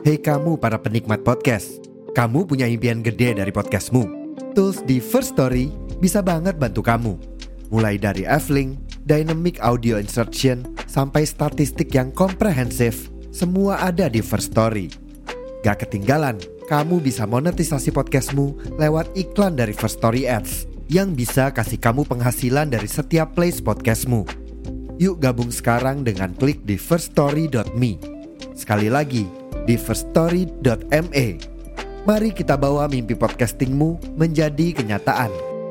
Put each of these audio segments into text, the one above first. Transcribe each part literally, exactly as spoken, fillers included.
Hei kamu para penikmat podcast, kamu punya impian gede dari podcastmu? Tools di First Story bisa banget bantu kamu. Mulai dari F-Link, Dynamic Audio Insertion, sampai statistik yang komprehensif, semua ada di First Story. Gak ketinggalan, kamu bisa monetisasi podcastmu lewat iklan dari First Story Ads yang bisa kasih kamu penghasilan dari setiap plays podcastmu. Yuk gabung sekarang dengan klik di first story dot me. Sekali lagi, di first story dot me. Mari kita bawa mimpi podcastingmu menjadi kenyataan.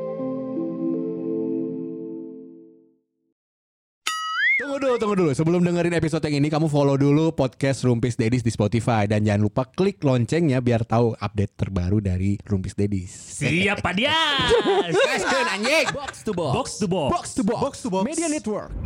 Tunggu dulu, tunggu dulu. Sebelum dengerin episode yang ini, kamu follow dulu podcast Rumpis Dedis di Spotify. Dan jangan lupa klik loncengnya biar tahu update terbaru dari Rumpis Dedis. Siap Pak Dias. Gaskeun anjing. Box to box. Box to box. Box to box. Box to box. Media Network.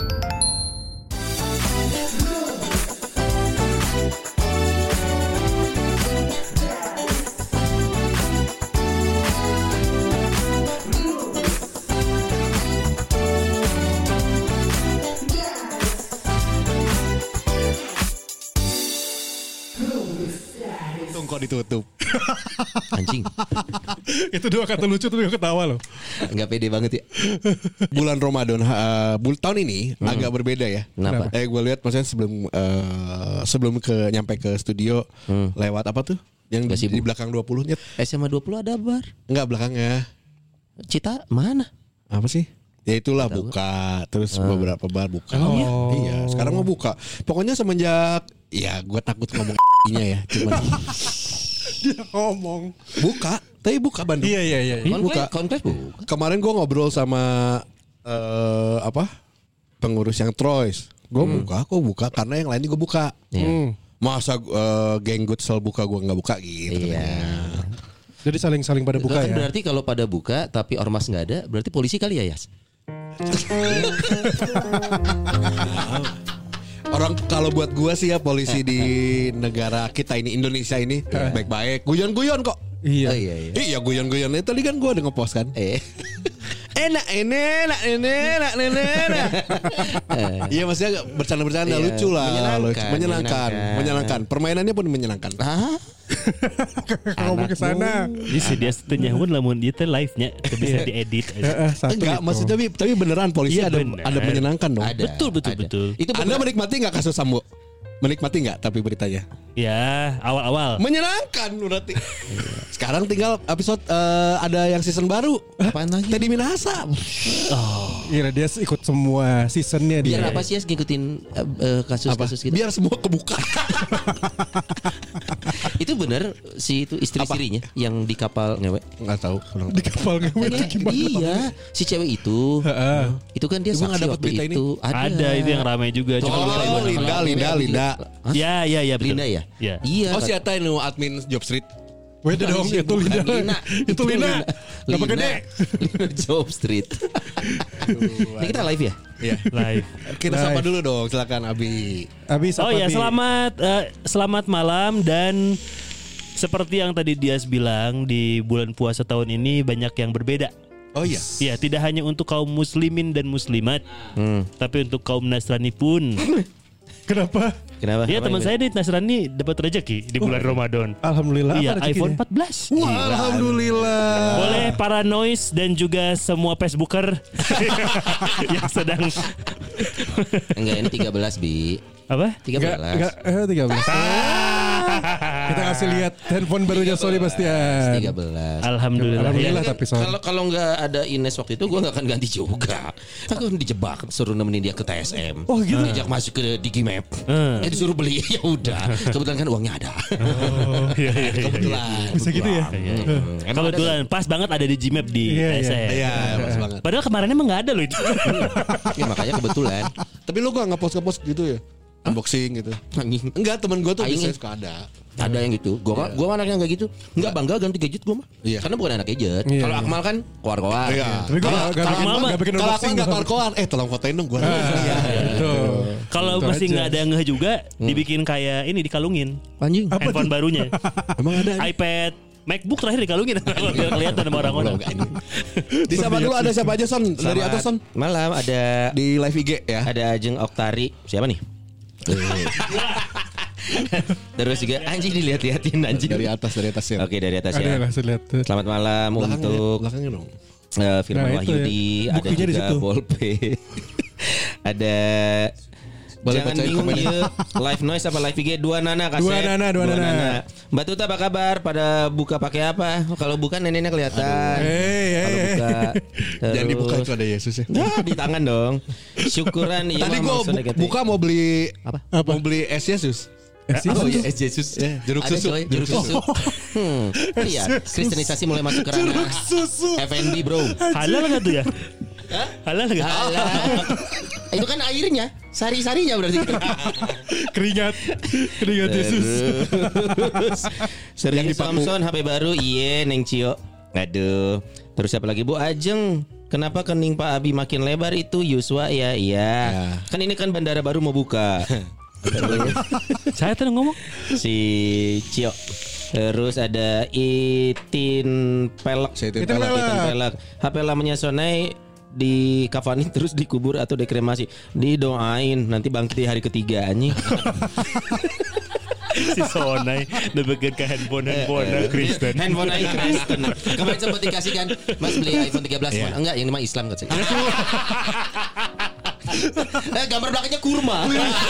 Kok ditutup Anjing. Itu dua kata lucu tapi gue ketawa loh. Gak pede banget ya. bulan Ramadan uh, bul tahun ini hmm. agak berbeda ya. Kenapa? Eh gue lihat maksudnya sebelum uh, sebelum ke nyampe ke studio hmm. lewat apa tuh? Yang di, di belakang dua puluh-nya. S M A dua puluh ada bar. Enggak belakangnya. Cita mana? Apa sih? Ya itulah Tahu. buka. Terus hmm. beberapa bar buka. Oh. Iya, sekarang mau buka. Pokoknya semenjak ya gue takut ngomong nya ya, cuman dia ngomong buka, tapi buka Bandung. Iya iya iya. Buka. Kontes buka. Kemarin gue ngobrol sama uh, apa pengurus yang Troyes. Gue hmm. buka, kok buka karena yang lain gue buka. Hmm. Masa uh, geng Goodsell buka gue nggak buka gitu. Iya. Jadi saling saling pada buka kan ya. Berarti kalau pada buka tapi ormas nggak ada, berarti polisi kali ya Yas. Orang kalau buat gua sih ya polisi di negara kita ini Indonesia ini baik-baik, guyon-guyon kok. Iya. Oh, iya, iya. Iya guyon-guyon itu tadi kan gua ada ngepost kan. Eh. Enak ini, enak ini, enak ini, enak. Iya maksudnya bercanda-bercanda Iya, lucu lah, menyenangkan, lucu. menyenangkan, menyenangkan, menyenangkan. Permainannya pun menyenangkan. Ah. Ngomong ke sana. Jadi si dia setengah pun lamun dia teh live-nya bisa diedit aja. Enggak, maksudnya tapi tapi beneran polisi Iya, ada bener. ada menyenangkan dong. Ada. Betul betul ada. betul. Itu Anda bener. menikmati nggak kasus Sambo? Menikmati nggak tapi beritanya? Ya awal-awal. Menyenangkan berarti. Sekarang tinggal episode uh, ada yang season baru. Apaan lagi? Teddy Minahasa. Iya dia ikut semua seasonnya dia. Biar apa sih ya ngikutin uh, uh, kasus-kasus gitu? Biar semua kebuka. Itu bener si itu istri-istrinya yang di kapal ngewe. Nggak tahu. Di kapal ngewe itu gimana? Iya, si cewek itu. Itu kan dia Emang saksi ada waktu berita ini? itu. Ada itu yang ramai juga. Cuma lupa Oh, gimana. Linda, Linda, Linda. Hah? Ya ya ya betul. Linda ya? Ya. Iya. Oh si Ata ini admin Job Street. Beda dong itu Lina. Lina. Itu Lina. Gak pakai deh. Lina Job Street. Ini kita live ya? Iya. Live. Kita sapa dulu dong, silakan Abi. Abi Oh ya selamat uh, selamat malam dan seperti yang tadi Dias bilang di bulan puasa tahun ini banyak yang berbeda. Oh iya. Ya tidak hanya untuk kaum muslimin dan muslimat, hmm. tapi untuk kaum Nasrani pun. Kenapa? Kenapa? Ya teman saya di Nasrani dapat rezeki di bulan Ramadan. Alhamdulillah. Iya apa rezekinya? iPhone empat belas. Wah, alhamdulillah. Boleh para noise dan juga semua Facebooker yang sedang Enggak, ini tiga belas Bi. apa? tiga Enggak, belas. enggak, eh tiga belas. Kita kasih lihat handphone barunya Soli Bastian. tiga belas. Alhamdulillah. Alhamdulillah Ya. tapi Sol. Kalau kalau enggak ada Ines waktu itu gue enggak akan ganti juga. Aku kan dijebak suruh nemenin dia ke T S M. Oh, gitu? Diajak masuk ke Digimap. Hmm. Eh disuruh beli ya udah. Kebetulan kan uangnya ada. Oh, iya, iya, iya. Kebetulan. Bisa gitu ya? Iya, iya. Kebetulan pas banget ada di Gmap di Iya, T S M. iya. Iya, pas banget. Padahal kemarin emang nggak ada loh itu. Ya makanya kebetulan. Tapi lu gak ngepost-ngepost gitu ya? Unboxing gitu. Enggak, temen gue tuh Aing bisa ya. suka ada. Ada yang gitu. Gua mah gua mah anaknya enggak gitu. Enggak bangga ganti gadget gua mah. Iya. Karena bukan anak gadget. Iya, Kalau iya. Akmal kan koar-koar. Iya. Tapi gue gak, gak, kalau bikin, Mama- gak bikin Kalau aku unboxing. nggak keluar-keluar, eh tolong fotoin dong gue. Iya. Tuh. Kalau Itu masih aja. nggak ada ngeh juga, dibikin kayak ini dikalungin. Anjing. Apa Handphone tuh? barunya. Emang ada? iPad, MacBook terakhir dikalungin. Biar kelihatan sama orang-orang. Di siapa dulu ada siapa aja Son? Dari atas Son. Malam ada Di live I G ya. ada Ajeng Oktari. Siapa nih? Terus juga anjing dilihat-lihatin anjing. Dari atas, dari atas ya. Oke, dari atas Ada yang ya. ngasih lihat tuh. Selamat malam Belakangnya, untuk belakangnya dong. uh, Firman Nah, itu Wahyudi, ya. ada Bukunya di juga situ. Bolpe. Ada Boleh jangan bacain bingung komennya. ya. Live noise apa live I G dua Nana kaset. Dua Nana, dua Nana. Mbak Tuta apa kabar? Pada buka pakai apa? Kalau bukan neneknya kelihatan. Hei, hei, Kalau hei. buka Jangan dibuka terus- itu ada Yesus ya. Nah, di tangan dong. Syukuran iya. Tadi mah gue maksudnya gitu. buka mau beli Apa? Mau beli es Yesus. Oh iya, es Yesus. Ya, jeruk Ada, susu. coy, jeruk susu. Hmm, lihat, kristenisasi mulai masuk ke ranah Susu. F and B, bro. Halal nggak tuh ya? Halal nggak? Alah. Itu kan airnya, sari-sarinya berarti. Keringat. Keringat Yesus. Terus Sering Yang dipaku. Samson H P baru, iye Neng Cio. Aduh. Terus siapa lagi Bu Ajeng? Kenapa kening Pak Abi makin lebar itu Yuswa ya? Iya. Ya. Kan ini kan bandara baru mau buka. Saya tuh ngomong. Si Cio. Terus ada Itin Pelek. Si Itin Pelek. Pelek. Itin Pelek. H P lamanya Sonai di kafani terus dikubur atau dikremasi. Didoain nanti bangkit di hari ketiga anjing. Si Sonai nebekeun ke handphone handphone Kristen. Handphone aing Kristen. Kemarin sempat dikasih kan, Mas beli iPhone tiga belas yeah. Enggak, yang nama Islam kan saya. Eh, gambar belakangnya kurma.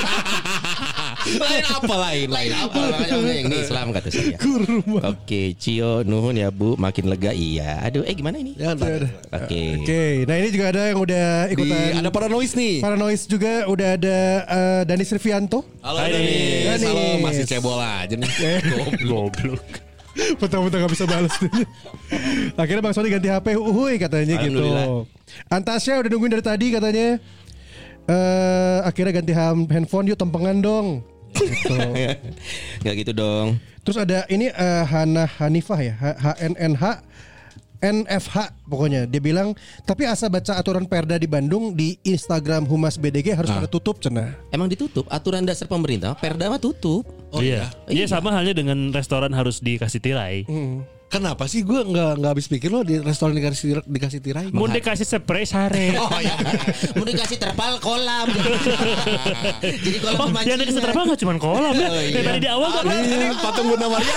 Lain apa lain? Lain apa? Makanya enggak yang ini Islam kata saya. Kurma. Oke, Cio nuhun ya Bu, makin lega iya. Aduh, eh gimana ini? Ya, ntar. Oke. Oke, nah ini juga ada yang udah Di, ikutan. ada Paranoid nih. Paranoid juga udah ada uh, Dani Srivianto. Halo Hai, Danis. Danis. Halo, masih cebol aja nih. Goblok. Petang-petang gak bisa balas. Akhirnya Bang Sony ganti H P. Uhuy katanya gitu. Alhamdulillah. Antasya udah nungguin dari tadi katanya. Eh akhirnya ganti ham- handphone yuk tempengan dong. Gitu. Enggak gitu dong. Terus ada ini eh, Hana Hanifah ya, H- HNNH N F H pokoknya. Dia bilang, tapi asa baca aturan Perda di Bandung di Instagram Humas B D G harus pada tutup cenah. Emang ditutup aturan dasar pemerintah, Perda mah tutup. Oh iya. Iya sama halnya dengan restoran harus dikasih tirai. Kenapa sih gue nggak nggak habis pikir lo di restoran dikasih dikasih tirai? Mau dikasih spray sare. Oh ya. Mau dikasih terpal kolam. Jadi kolam Oh, yang dikasih pemancingan. terpal nggak cuma kolam ya? Oh, iya. Yang tadi di awal kan? Ini patung Bunda Maria.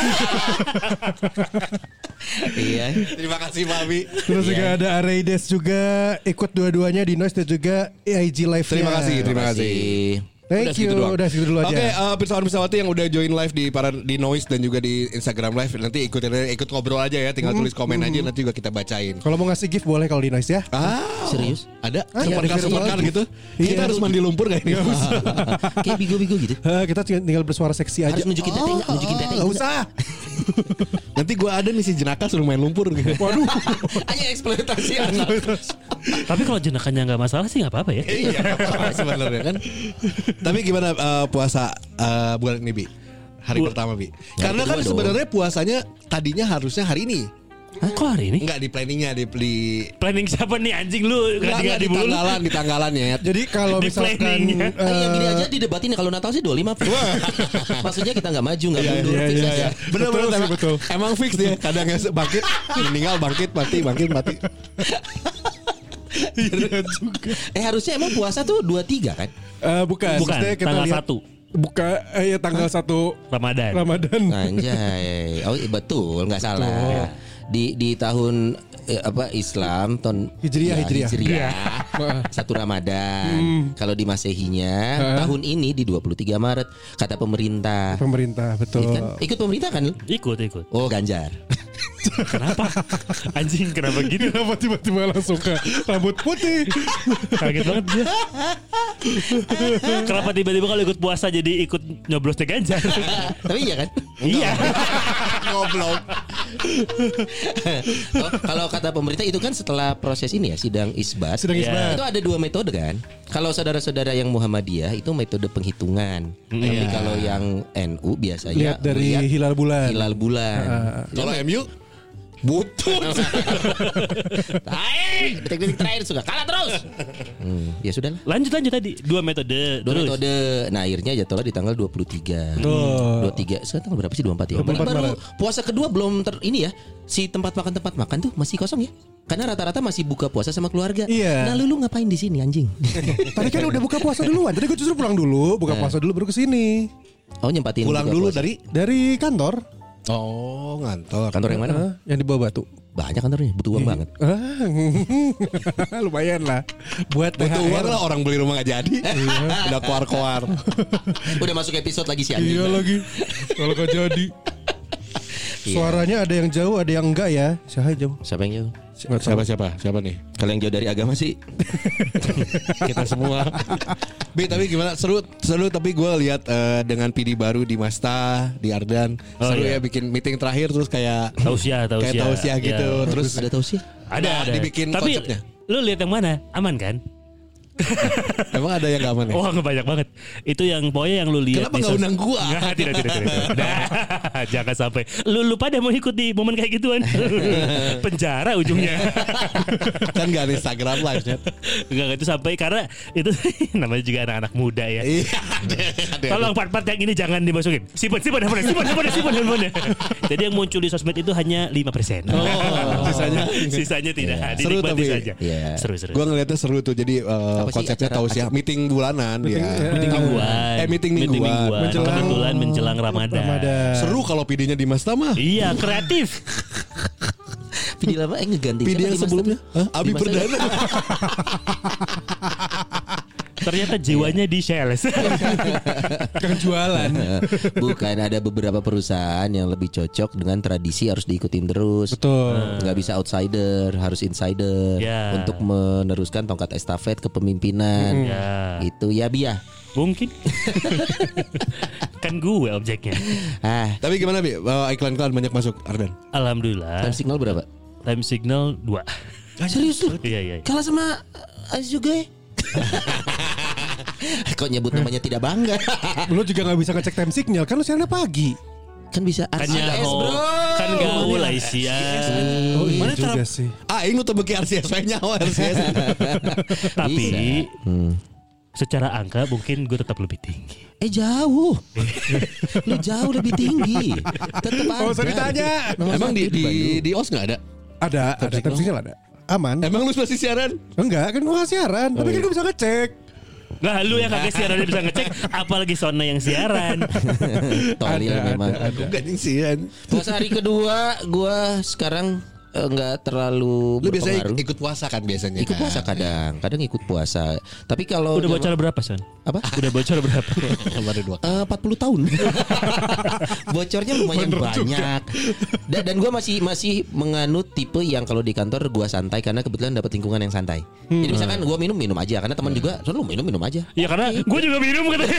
Iya. Terima kasih Mami. Terus juga ada Areides juga ikut dua-duanya di Noise dan juga I G Live. Terima kasih, terima kasih. Thank Udah you. segitu doang. Udah segitu dulu aja. Oke, uh, pirsawan-pirsawati yang udah join live di para di Noise dan juga di Instagram live, nanti ikutin ikut ngobrol aja ya, tinggal tulis komen aja nanti juga kita bacain. Kalau mau ngasih gift boleh kalau di Noise ya. Ah, Serius? ada Ah, iya, podcast ada podcast lagi. gitu. Iya. Kita harus mandi lumpur gak ini? Kayak bigo-bigo gitu. Eh, kita tinggal bersuara seksi aja. Harus nunjukin tete enggak? Nunjukin tete. Enggak usah. Nanti gue ada nih si jenaka suruh main lumpur. Waduh. Hanya eksploitasi anak. Tapi kalau jenakannya nggak masalah sih nggak apa-apa ya. Iya, sebenarnya kan. Tapi gimana uh, puasa uh, bulan ini Bi? Hari Bu- pertama Bi. Ya, Karena kedua kan dong. sebenarnya puasanya tadinya harusnya hari ini. Hah, kok hari ini? Enggak di planningnya di, di Planning siapa nih anjing lu? enggak, Nggak enggak, di di bulu. tanggalan di tanggalannya. Jadi kalau Di misalkan planningnya. eh, Eh, yang gini aja didebatin kalau Natal sih dua puluh lima. Maksudnya kita nggak maju, nggak mundur, iya, fix iya, aja. iya. Bener Betul bener sih, emang, betul. emang fix dia. Kadang ya bangkit, meninggal bangkit mati bangkit mati. Eh harusnya emang puasa tuh dua puluh tiga kan? eh, bukan, Bukan, Maksudnya kita tanggal lihat- satu Buka eh, ya tanggal satu Ramadan. Ramadan. Anjay. Oh iya, betul, nggak salah. Di di tahun eh, apa Islam tahun Hijriah, ya, Hijriah. satu Ramadan. Kalau di Masehinya tahun ini di dua puluh tiga Maret kata pemerintah. Pemerintah betul. Iya kan? Ikut pemerintah kan? Ikut ikut. Oh Ganjar. Kenapa? Anjing kenapa gitu? Kenapa tiba-tiba langsung ke rambut putih? Kaget banget dia. Kenapa tiba-tiba kalau ikut puasa jadi ikut nyoblosnya Ganjar? Tapi iya kan? Iya. Goblok. Oh, kalau kata pemerintah itu kan setelah proses ini ya sidang isbat. Sidang Iya. isbat. Itu ada dua metode kan. Kalau saudara-saudara yang Muhammadiyah itu metode penghitungan. Tapi kalau yang N U biasanya Lihat dari melihat hilal bulan. hilal bulan. Kalau M U butut. Tai, detik-detik terakhir sudah kalah terus. Hmm, ya sudah lah. Lanjut lanjut tadi dua metode. Dua terus. metode. Nah akhirnya jatuhlah di tanggal dua puluh tiga. Oh. dua puluh tiga. Sekarang tanggal berapa sih? dua puluh empat ya. dua puluh empat Baru Maret. puasa kedua belum ter ini ya. Si tempat makan tempat makan tuh masih kosong ya. Karena rata-rata masih buka puasa sama keluarga. Iya. Nah lu, lu ngapain di sini anjing? Tadi kan udah buka puasa duluan. Tadi gue justru pulang dulu, buka puasa dulu baru ke sini. Oh nyempatin Pulang buka dulu puasa. dari Dari kantor. Oh ngantor. Kantor yang mana? Heeh, yang di bawah Batu. Banyak kantornya, butuh uang banget. Ah, lumayan lah. Buat Butuh T H R. uang lah, orang beli rumah gak jadi. Udah koar-koar. Udah masuk episode lagi si anjing. Iya lagi. Kalau gak jadi. Suaranya ada yang jauh, ada yang enggak ya. Siapa jauh? Siapa yang jauh? Siapa siapa siapa nih? Kalau yang jauh dari agama sih. Kita semua. Bi, tapi gimana? Seru seru tapi gue lihat eh, dengan P D baru di Masta, di Ardan. Oh, seru iya. ya bikin meeting terakhir terus kayak Tausiah, tausiah. kayak tausiah gitu. Iya. Terus Ada tahu sih? Ada, Nah, ada. dibikin Tapi konsepnya. lu lihat yang mana? Aman kan? emang ada yang gak aman ya? Wah nggak banyak banget. Itu yang pokoknya yang lu lihat. Kenapa di nggak sos- undang gua? Nggak, tidak, tidak, tidak. tidak. Nah, jangan sampai lu lu pada mau ikut di momen kayak gituan. Penjara ujungnya. Kan gak ada Instagram live ya? Enggak itu sampai karena itu namanya juga anak-anak muda ya. Iya, ada, ada. Tolong part-part yang ini jangan dimasukin. Simpan, simpan handphone, simpan handphone, simpan handphone. Jadi yang muncul di sosmed itu hanya lima persen. Oh, sisanya Sisanya tidak. Iya. Dinikmati Seru tapi. saja. Iya. Seru-seru. Gue ngeliatnya seru tuh. Jadi eh, Apa sih konsepnya acara- tausiah meeting bulanan dia. Meeting mingguan. Eh, meeting mingguan. Menjelang- Kebetulan menjelang Ramadan. Ramadan. Seru kalau P D-nya di Masta mah. Iya, kreatif. Video lama eh ngeganti P D siapa yang di Master? sebelumnya. Hah? Abi Di Master? Perdana. Ternyata jiwanya di sales. Kan jualan. Bukan, ada beberapa perusahaan yang lebih cocok dengan tradisi harus diikutin terus. Betul. Nggak bisa outsider, harus insider Ya. untuk meneruskan tongkat estafet kepemimpinan. Ya, Itu ya Bia. mungkin. Kan gue objeknya. Ah, Tapi gimana Bi? Eh, iklan-iklan banyak masuk Ardan. Alhamdulillah. time signal berapa? Time signal dua. Serius lu? Iya, iya. Kalah sama Aziz juga ya? Kok nyebut namanya tidak bangga? Lu juga gak bisa ngecek time signal. Kan lu siarannya pagi. Kan bisa Kan R C S nyaho. bro. Kan gaul lah isia. Oh iya Mana juga cara- sih. Ah, ini tuh beki R C S nyawa R C S. Tapi Hmm. secara angka mungkin gue tetap lebih tinggi. Eh jauh. Lu jauh lebih tinggi. Tetap ada. Oh, usah ditanya. Nomor Emang satu di di Bandung. di O S nggak ada? Ada, ada time signal ada. Aman. Emang lu masih siaran? Enggak, kan gua gak siaran. Tapi kan gua bisa ngecek. Nah lu yang kagak siaran dia bisa ngecek. Apalagi Sona yang siaran. Tolil Ada, memang. ada, ada. Enggak siaran. Puasa hari kedua gua sekarang eh, nggak terlalu Lu biasanya berpengaruh. ikut puasa kan biasanya? Ikut kan? puasa kadang, kadang ikut puasa. Tapi kalau Udah bocor berapa Son? Apa? Udah bocor berapa? Baru dua. Eh, empat puluh tahun. Bocornya lumayan banyak. Dan, dan gue masih masih menganut tipe yang kalau di kantor gue santai karena kebetulan dapat lingkungan yang santai. Jadi misalkan gue minum minum aja karena teman juga, "Son, lu minum minum aja." Ya karena gue juga minum katanya.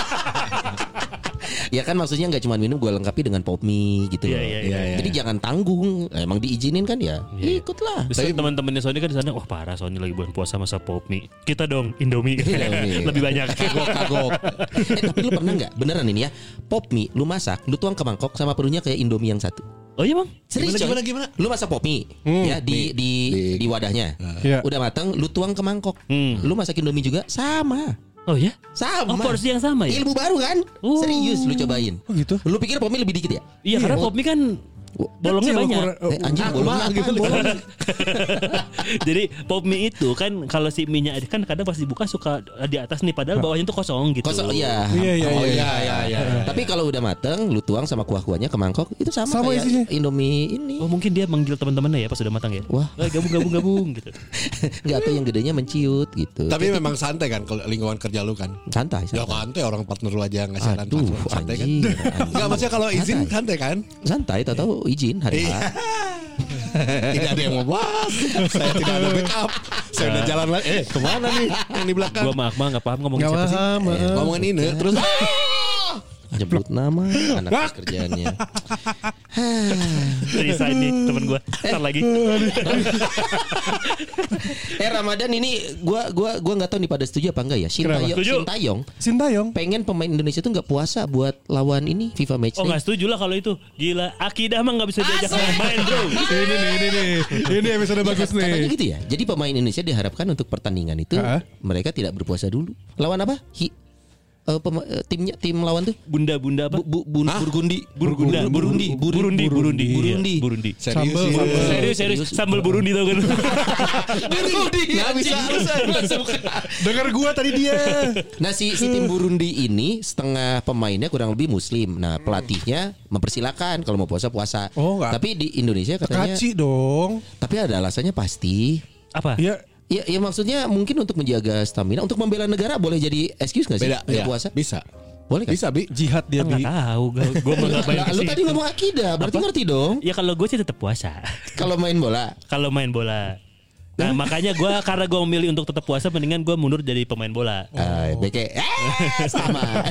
Ya kan maksudnya nggak cuma minum, gue lengkapi dengan pop mie gitu Iya, loh. iya, iya, Jadi jangan tanggung. Emang diizinin kan ya? Iya. Ikutlah. Tapi teman-temannya Sony kan di sana, wah parah Sony lagi bulan puasa masa pop mie. Kita dong Indomie. Indomie. Lebih banyak. Kagok. Eh tapi lu pernah nggak? Beneran ini ya. Pop mie lu masak, lu tuang ke mangkok sama perutnya kayak Indomie yang satu. Oh iya bang. Serius Gimana, coy? gimana, gimana? Lu masak pop mie ya di di di- di wadahnya. Iya. Udah matang, lu tuang ke mangkok. Hmm. Lu masak Indomie juga sama. Oh ya? Sama. Oh porsi yang sama ya? Ilmu baru kan? Oh. Serius lu cobain. Oh gitu. Lu pikir pop mie lebih dikit ya? Iya karena pop mie kan bolongnya Kecil banyak. ukuran- Eh, anjing Ah, bolongnya kumaha gitu. apaan? Bolong. Jadi pop mie itu kan kalau si mie-nya kan kadang pas dibuka suka di atas nih padahal bawahnya tuh kosong gitu. Kosong iya. Iya, iya, Oh, iya, iya, iya, iya. Tapi kalau udah mateng, lu tuang sama kuah-kuahnya ke mangkok, itu sama, Sama kayak isinya. Indomie ini. Oh mungkin dia manggil teman-temannya ya pas udah matang ya. Wah. Eh, gabung gabung gabung gitu. Enggak atau yang gedenya menciut gitu. Tapi memang santai kan kalau lingkungan kerja lu kan? santai, Ya santai. santai orang partner lu aja nggak siaran Aduh, partner, santai kan? anjir, anjir. Enggak maksudnya kalau izin Santai. santai kan? Santai, tahu-tahu izin hari Iya. H. Tidak ada yang mau bahas. Saya tidak ada backup. Saya udah jalan lagi. Eh kemana nih yang di belakang? Gua maaf mah nggak paham ngomongin Gak siapa sih. paham. maaf. Ngomongin ini terus Nyebut nama anak kerjaannya. Risa ini temen gue. Ntar lagi. Eh Ramadan ini gua gua gua nggak tahu nih pada setuju apa enggak ya. Sintayong, Setuju. Sintayong Sintayong. pengen pemain Indonesia tuh nggak puasa buat lawan ini FIFA Matchday. Oh nggak setuju lah kalau itu. Gila. Akidah mah nggak bisa diajak main bro. Ini nih, ini nih. Ini episode bagus Katanya nih. gitu ya. Jadi pemain Indonesia diharapkan untuk pertandingan itu Ha? mereka tidak berpuasa dulu. Lawan apa? Hi uh, pema- uh, timnya tim lawan tuh? Bunda-bunda apa? Bu, bu, bu, Burgundi. Burgunda, Burundi, Burundi, Burundi, Burundi. Iya, Burundi. Serius Sambal, sih. sambal. Serius, serius, sambal Burundi tau kan? Burundi. Nggak bisa. Dengar gua tadi dia. Nah si, si tim Burundi ini setengah pemainnya kurang lebih Muslim. Nah pelatihnya mempersilakan kalau mau puasa puasa. Oh, nggak. Tapi di Indonesia katanya. Kaci dong. Tapi ada alasannya pasti. Apa? Ya. Ya, ya maksudnya mungkin untuk menjaga stamina, untuk membela negara boleh jadi excuse nggak sih? Beda Nggak ya. puasa? Bisa. Boleh kan? Bisa Bi. Jihad dia Enggak Bi. tahu, gue mah enggak bayar Lah, lu tadi ngomong akidah, berarti ngerti dong. Ya kalau gue sih tetap puasa. Kalau main bola. Kalau main bola. Nah makanya gue karena gue memilih untuk tetap puasa, mendingan gue mundur jadi pemain bola. Ah, beke. Eh, sama.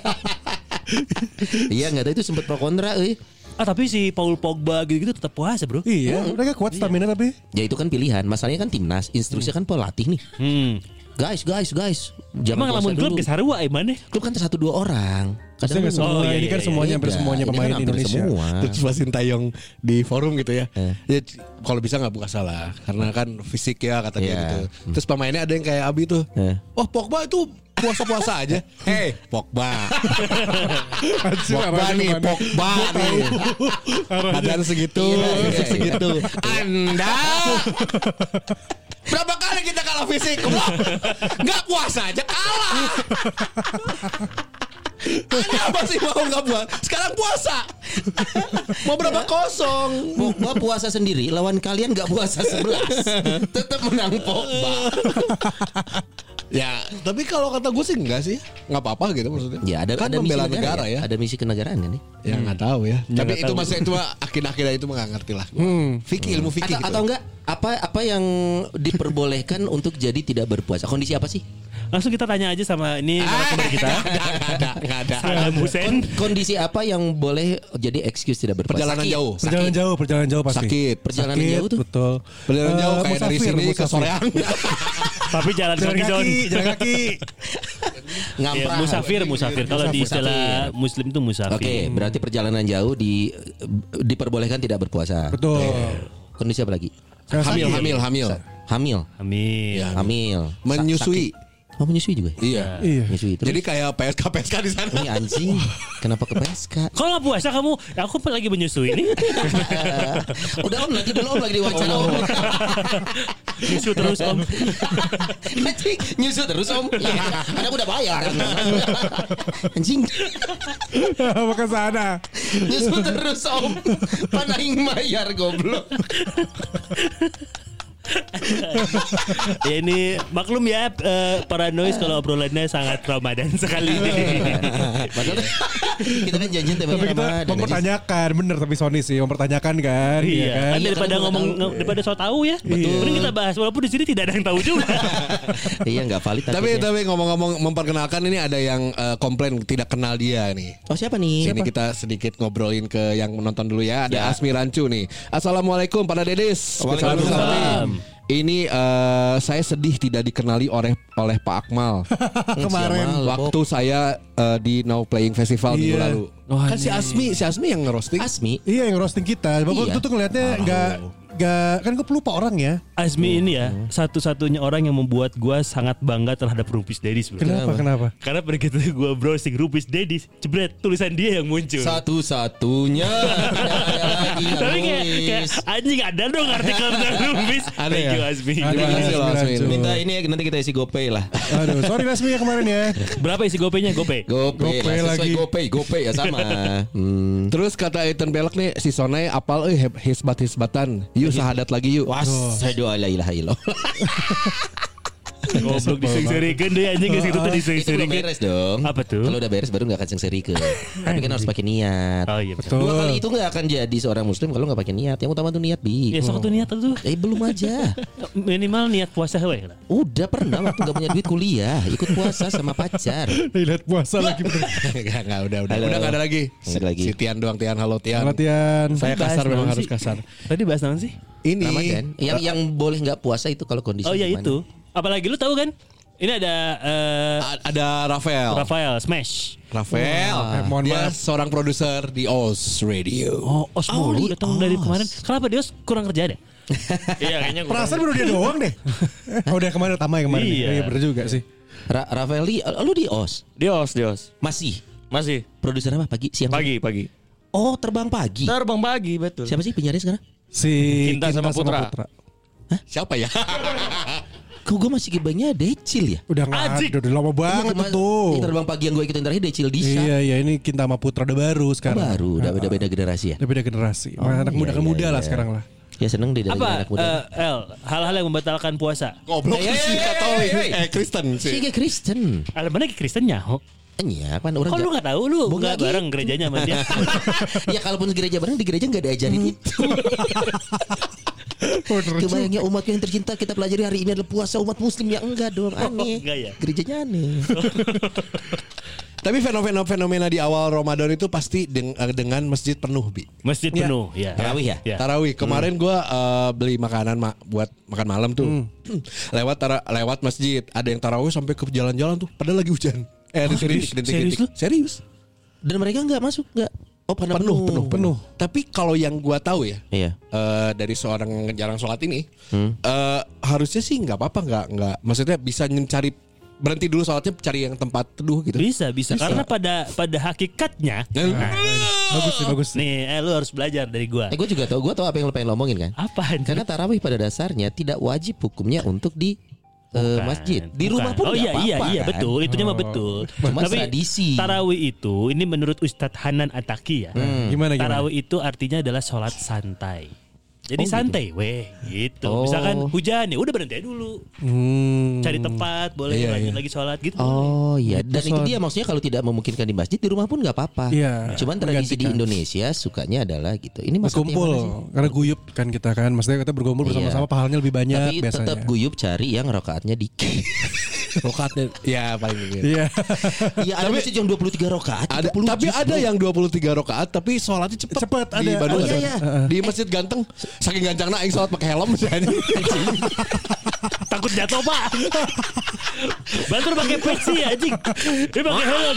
Iya nggak tahu itu sempat pro kontra, euy. Ah tapi si Paul Pogba gitu-gitu tetap puasa bro. Iya, mereka kuat stamina tapi. Ya itu kan pilihan. Masalahnya kan timnas, instruksinya kan pelatih nih. Hmm. Guys, guys, guys. Emang puasa lamun klub dulu. ke sarua eh mana? Klub kan satu dua orang. Maksudnya nggak kan- semua. Oh, iya, Ini kan iya, semuanya Beda. hampir semuanya Ini kan pemain di hampir Indonesia. Semua. Terus pas Sintayong di forum gitu ya. Eh. Ya kalau bisa nggak buka salah karena kan fisik ya kata dia Iya. gitu. Terus pemainnya ada yang kayak Abi tuh. Eh. Oh Pogba itu puasa-puasa aja. Hei Pogba. Pogba nih Pogba nih. Badan segitu, Iya, iya, fisik iya. segitu. Anda berapa kali kita kalah fisik? Wah, nggak puasa aja kalah. Anda masih mau nggak puasa? Sekarang puasa. Mau berapa kosong? Pogba puasa sendiri, lawan kalian nggak puasa sebelas, tetap menang Pogba. Ya, tapi kalau kata gue sih enggak sih, nggak apa-apa gitu maksudnya. Ya ada kan ada misi membela negara ya. Ada misi kenegaraan kan nih. Ya nggak tahu ya. Tapi nggak itu tahu. maksudnya itu mah akidah-akidah itu mah nggak ngerti lah. Fikih ilmu fikih Atau, gitu. atau enggak apa apa yang diperbolehkan untuk jadi tidak berpuasa? Kondisi apa sih? Langsung kita tanya aja sama ini narasumber kita. Nggak ada, nggak ada. Saddam Hussein. Kon- kondisi apa yang boleh jadi excuse tidak berpuasa? Perjalanan Sakit. jauh. Perjalanan Sakit. jauh, perjalanan jauh pasti. Sakit. Perjalanan Sakit, jauh tuh. betul. Perjalanan Eh, jauh kayak dari musafir, sini ke musafir. Soreang. Tapi jalan Jalan kaki Zon. kaki, jalan kaki. Ya, Ngamprah. musafir, musafir. Kalau di istilah Muslim itu musafir. Oke, berarti perjalanan jauh di diperbolehkan tidak berpuasa. Betul. Kondisi apa lagi? Hamil, hamil, hamil. Hamil. Amin. Hamil. Menyusui. Sakit. Oh menyusui juga. Iya. Iya. Menyusui terus. Jadi kayak P S K P S K di sana. Ini anjing. Kenapa ke P S K? Kalau nggak puasa kamu, ya aku lagi menyusui nih. Udah om nanti dulu om lagi diwawancara om. Nyusu terus om. Anjing nyusu terus om. Iya, karena aku udah bayar. Anjing Apa ke sana? nyusu terus om. Panaing bayar goblok. Ya ini maklum ya eh, para noise kalau obrolannya sangat Ramadan sekali. Padahal kita kan janjian temanya Tapi kita Ramadan. mempertanyakan, bener tapi Sony sih mempertanyakan kan, Iya, kan kan? Iya, daripada karena ngomong gua tahu. daripada so tahu ya. Betul. Mending kita bahas walaupun di sini tidak ada yang tahu juga. Iya nggak valid. Tapi takutnya. tapi ngomong-ngomong memperkenalkan ini ada yang eh, komplain tidak kenal dia nih. Oh siapa nih? Ini kita sedikit ngobrolin ke yang menonton dulu ya. Ada Ya. Asmi Rancu nih. Assalamualaikum para Dedis. Waalaikumsalam. Ini eh, saya sedih tidak dikenali oleh oleh Pak Akmal Kemarin. Siapa? waktu saya eh, di Now Playing Festival minggu Iya. lalu. Wah, Kan si Asmi, si Asmi yang ngerosting. Asmi. Iya yang roasting kita. Bapak Iya. itu tuh ngelihatnya nggak nggak kan gue pelupa orang ya. Azmi ini ya satu-satunya orang yang membuat gua sangat bangga terhadap Rumpis Dedis. Bro. Kenapa kenapa? Karena begitu gua browsing Rumpis Dedis, jebret tulisan dia yang muncul. Satu-satunya. Tidak ada lagi yang Tapi kayak, kayak nulis. anjing ada dong artikel tentang Rumpis. Ada Thank ya? you Azmi. Ada. Terima kasih loh Asmi. Rancu. Minta ini ya nanti kita isi GoPay lah. Aduh, sorry Rasmi ya kemarin ya. Berapa isi gopenya? Gope. GoPay, GoPay lah. Sesuai lagi. GoPay, GoPay ya sama. Hmm. Terus kata Ethan Belak nih si Sonai apal euy hisbat-hisbatan. Yuk sahadat lagi yuk. Was, saya doa la ilaha illallah. Goblok disengserikeun deh anjing geus gitu tuh Itu belum disengserikeun. beres dong. Apa tuh? Kalau udah beres baru nggak akan sengseri ke. Tapi kan harus pakai niat. Oh iya betul. Betul. Dua kali itu nggak akan jadi seorang muslim kalau nggak pakai niat. Yang utama tuh niat bi. Ya sok tuh niat tuh. Eh belum aja. Minimal niat puasa we. Udah pernah waktu nggak punya duit kuliah ikut puasa sama pacar. Lihat puasa lagi bener. Enggak, enggak, udah, udah. Halo. Udah enggak ada lagi. Nggak ada lagi. Si Tian doang, Tian. Halo Tian. Latihan. Saya Bahas kasar memang naon harus sih? kasar. Tadi bahas naon sih? Ini Ramadan. Yang yang boleh nggak puasa itu kalau kondisi. Oh ya gimana? itu. Apalagi lu tahu kan? Ini ada eh, A- ada Rafael. Rafael Smash. Rafael. Eh, mohon Dia maaf. seorang produser di Oz Radio. Oh, Os mulu datang dari kemarin. Kenapa dia kurang kerja deh? Iya kayaknya Perasaan baru dia doang deh. Oh udah kemarin Tama yang kemarin. Iya. Iya bener juga sih. Ra- Rafaeli, lu di O S? Dios, Dios. Masih. Masih Produser apa? Pagi, siang? pagi, pagi. Oh, terbang pagi. Terbang pagi, betul. Siapa sih penyiarnya sekarang? Si Kinta sama Putra. Siapa ya? Kok gue masih kebayangnya Decil ya? Udah nggak Ajik. ada, udah lama banget Ini tuh. Ini terbang pagi yang gue ikutin terakhir Decil Disa. Iya iya ini Kinta sama Putra udah baru Oh, sekarang. baru, udah beda-beda generasi ya. Udah beda generasi. Oh, anak iya, muda kan iya, muda iya. lah sekarang lah. Ya seneng deh dari Apa anak muda. eh, El, hal-hal yang membatalkan puasa? Goblok Eh, eh, sih eh, Katolik. eh, eh. Eh Kristen Si sih. kayak Kristen. Ada mana ke Kristen nyaho? Iya, kan orang Kok lu nggak- gak tahu lu Gua nggak nggak bareng gerejanya sama dia? ya kalaupun gereja bareng di gereja nggak diajarin itu. Kebayangnya umat yang tercinta kita pelajari hari ini adalah puasa umat muslim ya enggak dong aneh. enggak ya? Gerejanya aneh. Tapi fenomena-fenomena di awal Ramadan itu pasti deng- eh, dengan masjid penuh, Bi. Masjid Ya. penuh, ya. Tarawih ya? Ya. Tarawih. Kemarin gua eh, beli makanan ma- buat makan malam tuh. lewat tara- lewat masjid. Ada yang tarawih sampai ke jalan-jalan tuh. Padahal lagi hujan. Eh, serius? Serius lu? Serius. Dan mereka nggak masuk nggak? Oh pada Penuh, penuh, Penuh. Tapi kalau yang gua tahu ya, Iya. eh, dari seorang yang jarang sholat ini, Hmm. eh, harusnya sih nggak apa-apa, nggak nggak. Maksudnya bisa mencari berhenti dulu sholatnya, cari yang tempat teduh gitu. Bisa, bisa, Karena pada pada hakikatnya, Bagus sih bagus. nih, eh, lu harus belajar dari gua. Eh gue juga tahu, gue tahu apa yang lo pengen lo omongin kan? Apaan? Karena tarawih pada dasarnya tidak wajib hukumnya untuk di eh, Bukan, masjid. Di bukan. rumah pun Oh nggak iya iya apa-apa, iya kan? betul, itunya mah betul. Cuma Tapi tradisi. tarawih itu ini menurut Ustadz Hanan Ataki ya. Gimana gimana? Tarawih itu artinya adalah sholat santai. Jadi Oh, gitu. santai weh gitu. Oh. Misalkan hujan ya udah berhenti aja dulu. Hmm. Cari tempat boleh Iya, lanjut iya. lagi sholat gitu. boleh. Oh iya, dan itu sholat. dia maksudnya kalau tidak memungkinkan di masjid di rumah pun nggak apa-apa. Iya, Cuman tradisi di menggantikan. Indonesia sukanya adalah gitu. Ini maksudnya Berkumpul mana sih? karena guyup kan kita kan. Maksudnya kita berkumpul bersama-sama Iya. pahalanya lebih banyak Tapi biasanya. tetap guyup cari yang rakaatnya dikit. Rokatnya, ya paling gitu. Iya. Iya ada masjid yang dua puluh tiga rakaat. Ada, tiga puluh tapi juz, ada bro. yang dua puluh tiga rakaat tapi sholatnya cepet. Cepet, Di ada. Bandung Oh, iya, ada. iya. Di masjid ganteng, saking gancangnya aing sholat pakai helm misalnya. Takut jatuh pak. Bantur pakai peci ya anjing. Dia pakai helm.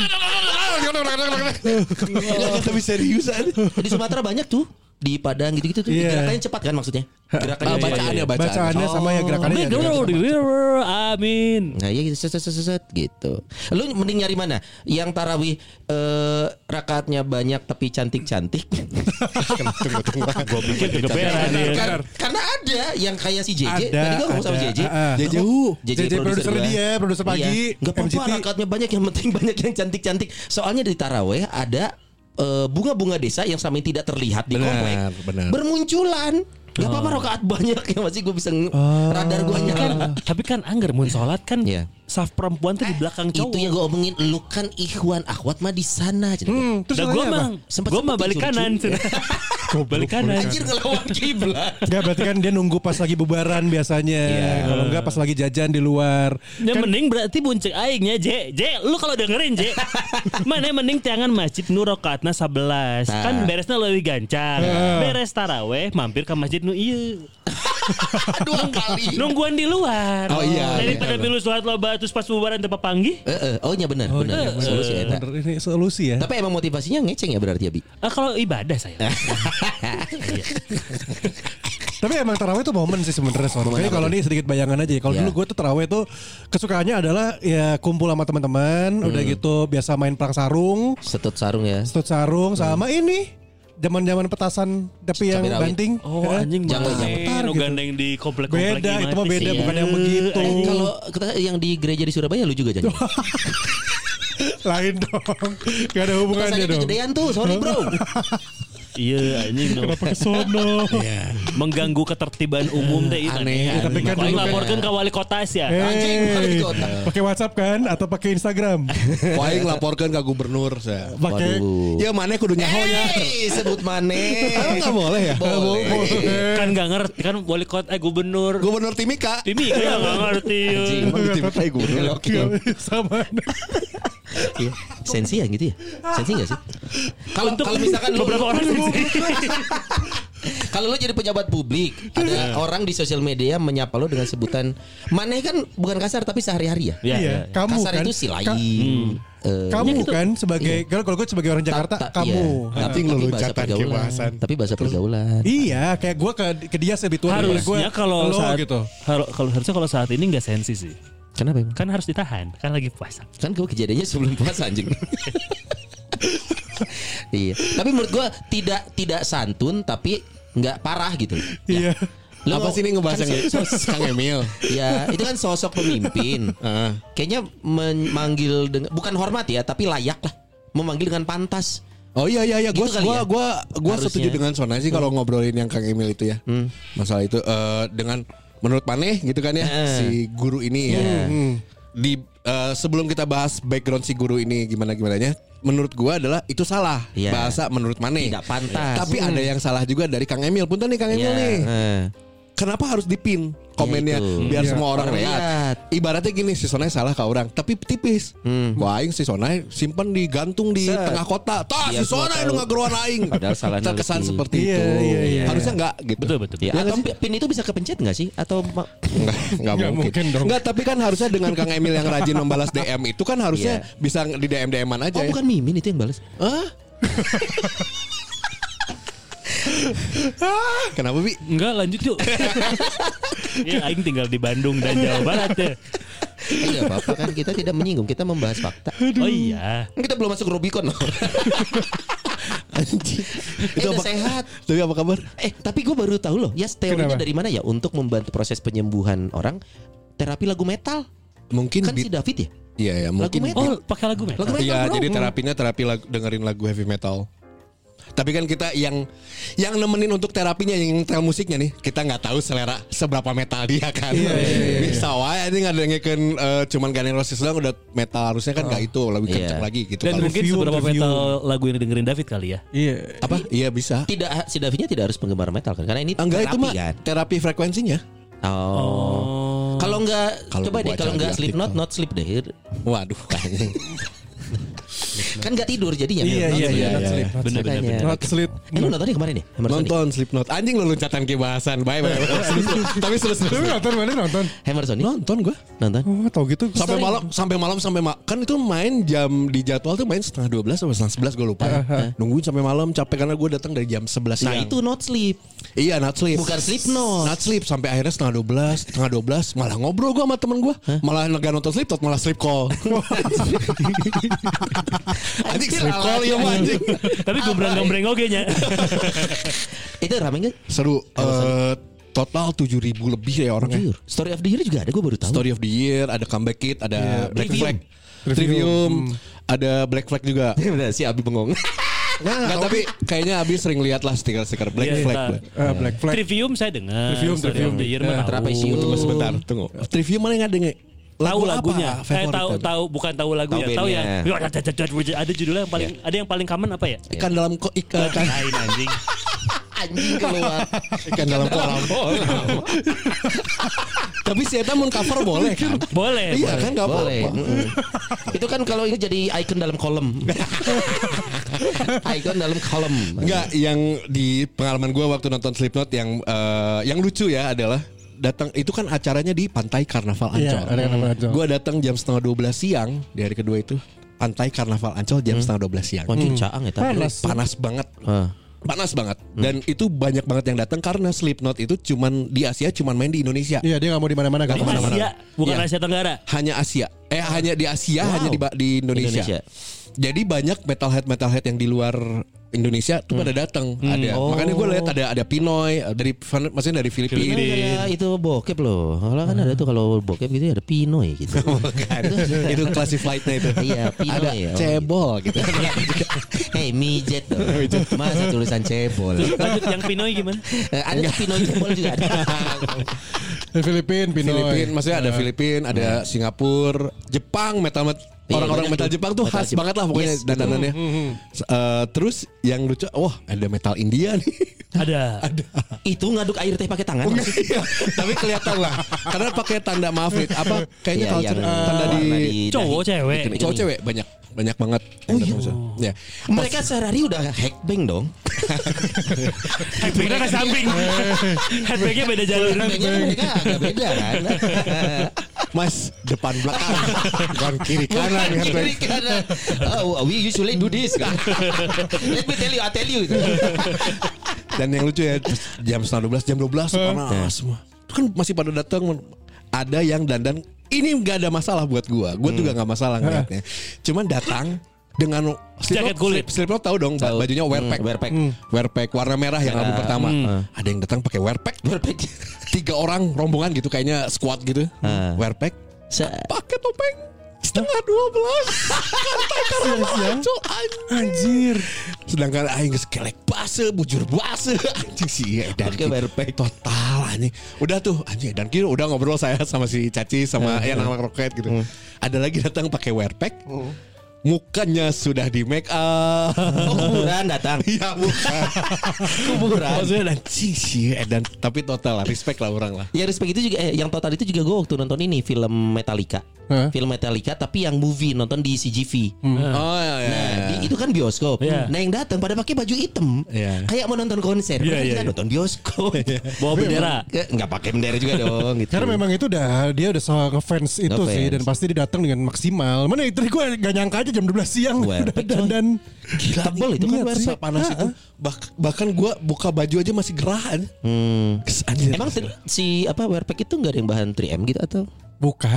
Enggak, tapi serius aja. Di Sumatera banyak tuh. Di Padang gitu-gitu tuh. Iya. Gerakannya cepat kan maksudnya. Gerakannya Ah, cepat. bacaannya, Iya. bacaannya. Bacaannya sama ya gerakannya. Amin, ya, gerakan. amin. Nah iya gitu set, set, set, set, gitu. Lu mending nyari mana? Yang tarawih eh, rakaatnya banyak tapi cantik-cantik. Tunggu, tunggu. Gue pikir kegeberan dia. Kan- karena ada yang kayak si J J. Ada, Tadi gua ngomong sama ada. J J. Ah, ah. J J Hu. J J, J J produser gua. dia, produser pagi, Iya. Gak M C T. apa-apa rakaatnya banyak, yang penting banyak yang cantik-cantik. Soalnya di tarawih ada eh, bunga-bunga desa yang sama tidak terlihat di Benar, komplek benar. bermunculan. Gak apa-apa rakaat banyak yang masih gue bisa ng- radar gue Kan, tapi kan angger mun sholat kan Iya. saf perempuan tuh di belakang cowok. Itu yang gue omongin, lu kan ikhwan akhwat mah di sana. Hmm, terus Dan gue salahnya apa? mah, Sempet- gue mah sempet balik dicurcuk. kanan. balik kanan. Anjir ngelawan kiblat. Enggak berarti kan dia nunggu pas lagi bubaran biasanya. Iya. Kalau enggak pas lagi jajan di luar. Ya mending berarti bunceng aingnya J. J, lu kalau dengerin J. Mana mending tiangan masjid nu rakaatna sebelas. Nah. Kan beresna leuwih gancang. Beres taraweh mampir ke masjid nu ieu. Dua kali. Nungguan di luar. Oh, iya, Daripada iya. pilu sholat loba terus pas bubaran teu papanggih. Eh, eh, oh iya benar, benar. Solusi eta. Bener, ini solusi ya. Tapi emang motivasinya ngeceng ya berarti ya Bi. Ah, kalau ibadah saya. Tapi emang tarawih itu momen sih sebenarnya Son. Momen Kayaknya apa kalau tuh? ini sedikit bayangan aja ya. Kalau Iya. dulu gue tuh tarawih tuh kesukaannya adalah ya kumpul sama teman-teman, udah gitu biasa main perang sarung, Setut sarung ya. stut sarung sama ini zaman-zaman petasan tapi yang Cabai rawit. banting. Oh Ya. anjing Jangan, jangan jangan. Putar nu gitu. gandeng di komplek-komplek Beda, itu mah imatis. beda, Iya. bukan yang begitu. Eh, kalau kita yang di gereja di Surabaya lu juga jangan. Lain dong. Gak ada hubungannya Petasannya dong. kegedean tuh, sorry bro. Iya anjing no. Kenapa kesono? Mengganggu ketertiban umum teh itu Aneh, Ya, tapi kan Paling dulu kan- laporkan ke wali kota sih ya. Anjing, wali Hey, kota. pakai WhatsApp kan atau pakai Instagram? Paling laporkan ke gubernur saya. Pakai Waduh. Ya mana kudu nyahonya. Hey, sebut maneh. Emang nggak boleh ya? Boleh. Kan gak ngerti kan wali kota eh gubernur. Gubernur Timika. Timi kan gak ngerti. Anjing. Emang di Timika ya gubernur. Sama. Iya. Sensi ya gitu ya? Sensi gak sih? Kalau Untuk kalau misalkan lu beberapa orang sih. kalau lu jadi pejabat publik, ada orang di sosial media menyapa lu dengan sebutan maneh kan bukan kasar tapi sehari-hari ya. Iya, Iya, iya. kamu Kasar kan. itu silain. Ka- Eh, kamu gitu. kan sebagai kalau kalau gue sebagai orang Jakarta, ta- ta- kamu. iya. Nanti Tapi ngeluh bahasa jatah pergaulan. kebahasan. Tapi bahasa pergaulan. Iya, kayak gue ke, ke dia lebih tua daripada Harusnya gue. kalau lo saat gitu. kalau kalau harusnya kalau saat ini nggak sensi sih. Kenapa emang? Kan harus ditahan, kan lagi puasa. Kan gue kejadiannya sebelum puasa anjing. Iya. Tapi menurut gue tidak tidak santun tapi nggak parah gitu. Iya. Lu Apa mau- sih ini ngebahas kan yang so- so- Kang Emil? Ya itu kan sosok pemimpin. Heeh. Kayaknya memanggil dengan bukan hormat ya, tapi layak lah. Memanggil dengan pantas. Oh iya iya iya, gue Gitu kali gua ya? gua gua Harusnya. setuju dengan Sona sih kalau ngobrolin yang Kang Emil itu ya. Hmm. Masalah itu eh, dengan menurut Maneh gitu kan ya Eh. si guru ini ya. Iya. Di eh, sebelum kita bahas background si guru ini gimana gimananya, menurut gua adalah itu salah Iya. bahasa menurut Maneh. Tidak pantas. Tapi ada yang salah juga dari Kang Emil. Punten nih Kang Emil Iya, nih. eh. Kenapa harus dipin komennya itu. biar Iya. semua orang Orang lihat. lihat. Ibaratnya gini, si Sonai salah ke orang, tapi tipis. Hmm. Wah, aing si Sonai simpen digantung di Set. tengah kota. Tah, Iya, si Sonai gua lu tahu. ngageruan aing. Padahal salahnya Terkesan lebih. seperti Iya, itu. iya, iya. Harusnya enggak gitu. Betul betul. Ya, Ya atau nggak sih? pin itu bisa kepencet nggak sih? Atau ma- Enggak, enggak Nggak mungkin. mungkin dong. Enggak, tapi kan harusnya dengan Kang Emil yang rajin membalas D M itu kan harusnya Iya. bisa di D M D M-an aja Oh ya. bukan Mimin itu yang balas. Hah? Kenapa, Bi? Enggak, lanjut yuk. Ya, aing tinggal di Bandung dan Jawa Barat ya. Eh, gak apa-apa kan kita tidak menyinggung, kita membahas fakta. Oh iya. Kita belum masuk Rubicon loh. Anjing. Eh, Itu udah apa? sehat. Tapi apa kabar? Eh tapi gue baru tahu loh. Ya teorinya Kenapa? dari mana ya untuk membantu proses penyembuhan orang terapi lagu metal. Mungkin Kan beat- si David ya. Iya ya, Lagu mungkin metal. Oh, pakai lagu metal. Lagu metal. Iya, bro. jadi terapinya terapi lagu, dengerin lagu heavy metal. Tapi kan kita yang yang nemenin untuk terapinya yang tel musiknya nih, kita nggak tahu selera seberapa metal dia kan. Bisa wae ini ngadengkeun uh, cuman Guns N' Roses doang udah metal, harusnya kan nggak itu lebih Iya. kenceng lagi gitu. Dan kalau- mungkin Review, seberapa review. metal lagu yang dengerin David kali ya. Iya. apa? Iya bisa. Tidak si Davidnya tidak harus penggemar metal kan karena ini Enggak itu terapi mah kan. terapi frekuensinya. Oh. Oh. Kalau enggak Kalau coba gua deh kalau acara enggak di sleep aktif not tuh. not sleep deh. Waduh. Kan enggak tidur jadinya. Iya, Not iya, sleep. iya, not iya, sleep, iya. not Bener, sleep. bener, Makanya. Not sleep. Eh lu nontonnya kemarin ya? Emerson ya? Nonton Slipknot. Anjing lu loncatan kebahasan. Bye bye. Tapi terus Tapi nonton mana nonton? Emerson ya? nonton gua. Nonton. Oh, tau gitu. Sampai malam, sampai malam, sampai ma- kan itu main jam di jadwal tuh main setengah dua belas sampai setengah sebelas gue lupa. Nungguin sampai malam capek karena gue datang dari jam sebelas Nah siang. itu not sleep. Iya, not sleep. Bukan sleep not. Not sleep sampai akhirnya setengah dua belas, setengah dua belas malah ngobrol gue sama temen gue, malah nggak nonton sleep, tot malah sleep call. Anjing sleep call ya anjing. Tapi gombrang-gombreng oge nya. Itu rame nggak? Seru. Eh, total tujuh ribu lebih ya orangnya. Jujur. Story of the Year juga ada gue baru tahu. Story of the Year, ada Comeback Kid, ada Black Trivium. Flag, Trivium, ada Black Flag juga. Bener, si Abi bengong. Nggak, tapi kayaknya Abi sering lihat lah stiker-stiker Black Iya, Flag. iya. Ah, Black Flag. Trivium saya dengar. Trivium, Story Trivium. of the Year Eh, mah tahu. Trapesium. Tunggu sebentar, tunggu. Trivium mana yang ada nggak? Tahu Lagu lagunya. apa Saya favorit tahu Abi? tahu bukan tahu lagunya, Tahu tahu bandnya. yang ada judulnya yang paling ada yang paling common apa ya? Ikan dalam kok ikan Lain anjing. Anjing keluar. ikan dalam kolam. Tapi si Eta mau cover boleh kan? Boleh. Iya kan nggak Boleh. apa-apa. Mm-mm. Itu kan kalau ini jadi icon dalam kolom. Icon dalam kolom. Enggak, yang di pengalaman gue waktu nonton Slipknot yang eh, yang lucu ya adalah datang itu kan acaranya di Pantai Karnaval Iya, Ancol. ada Karnaval Ancol. Gue datang jam setengah dua belas siang di hari kedua itu. Pantai Karnaval Ancol jam setengah dua belas siang. Anjing caang ya tapi. Panas. Panas banget. Ah. Panas banget. Dan itu banyak banget yang datang karena Slipknot itu cuman di Asia cuman main di Indonesia. Iya, dia nggak mau di mana-mana, nggak Di kemana-mana. Asia, bukan Iya. Asia Tenggara. Hanya Asia. Eh hanya di Asia, Wow. hanya di ba- di Indonesia. Indonesia. Jadi banyak metalhead metalhead yang di luar Indonesia tuh pada datang. Ada. Oh. Makanya gue lihat ada ada Pinoy dari maksudnya dari Filipina. Ini kayak itu bokep loh. Kalau kan ada tuh kalau bokep gitu ada Pinoy gitu. Bukan. Itu classified-nya itu. Iya, Pinoy Ada ya. Oh. cebol gitu. Hei mijet dong. Masa tulisan cebol. Lanjut yang Pinoy gimana? Eh, ada Pinoy cebol juga ada. Dari Filipin, Pinoy. Filipin, maksudnya ada Filipin, ada Singapura, Jepang, metal met- Iya, orang-orang banyak metal tuh. Jepang tuh Metal khas Jepang. banget lah pokoknya Yes, dandanannya. Eh, terus yang lucu, wah ada metal India nih. Ada. Itu ngaduk air teh pakai tangan. Iya, tapi kelihatan lah. Karena pakai tanda maaf nih, apa kayaknya Iya, culture yang tanda di, warna di Cowok dahi. cewek. Bikin- cowok cewek banyak banyak banget. Oh iya. Ya. Mereka sehari udah hackbang dong. Headbangnya ke samping. Headbangnya beda jalur. Hackbangnya mereka agak beda kan. Mas depan belakang bukan kiri kanan ya, Kiri kanan. Oh, we usually do this kan. Let me tell you, I tell you. Dan yang lucu ya jam setengah dua belas jam dua belas panas semua. Itu kan masih pada datang ada yang dandan ini nggak ada masalah buat gua. Gua juga nggak masalah ngeliatnya. Cuman datang dengan jaket kulit. Slipknot tahu dong, Tahu. bajunya wearpack. Hmm, wearpack. Wearpack warna merah yang album pertama. Ada yang datang pakai wearpack. Wearpack. Tiga orang rombongan gitu kayaknya squad gitu. Ah. Wearpack. Sa- Pakai topeng setengah dua belas. Kantai Karamaco Anjir. Sedangkan aing geus kelek base, bujur base. Anjing sih dan Pakai wearpack. total anjing. Udah tuh anjing dan kira udah ngobrol saya sama si Caci sama yang anak roket gitu. Ada lagi datang pakai wearpack. Mukanya sudah di make up. Oh, kuburan datang. Iya bukan. Kuburan. Maksudnya anjing sih dan tapi total lah respect lah orang lah. Ya respect itu juga eh, yang total itu juga gue waktu nonton ini film Metallica. Hah? Film Metallica tapi yang movie nonton di C G V. Oh iya iya. Nah, di- itu kan bioskop. Iya. Nah, yang datang pada pakai baju hitam. Iya. Kayak mau nonton konser. Iya, Padahal iya, kita iya. nonton bioskop. Bawa bendera. Ke- Nggak pakai bendera juga dong gitu. Karena memang itu udah dia udah so ngefans itu Ngefans. sih dan pasti dia datang dengan maksimal. Mana itu gue gak nyangka aja jam dua belas siang Wear udah pack, dandan. Gila, tebel itu kan Niat wear sih. pack. Panas itu Bah- bahkan gue buka baju aja masih gerahan. Hmm. Kes- anjing. Emang si- si apa wearpack itu nggak ada yang bahan tiga M gitu atau Bukan.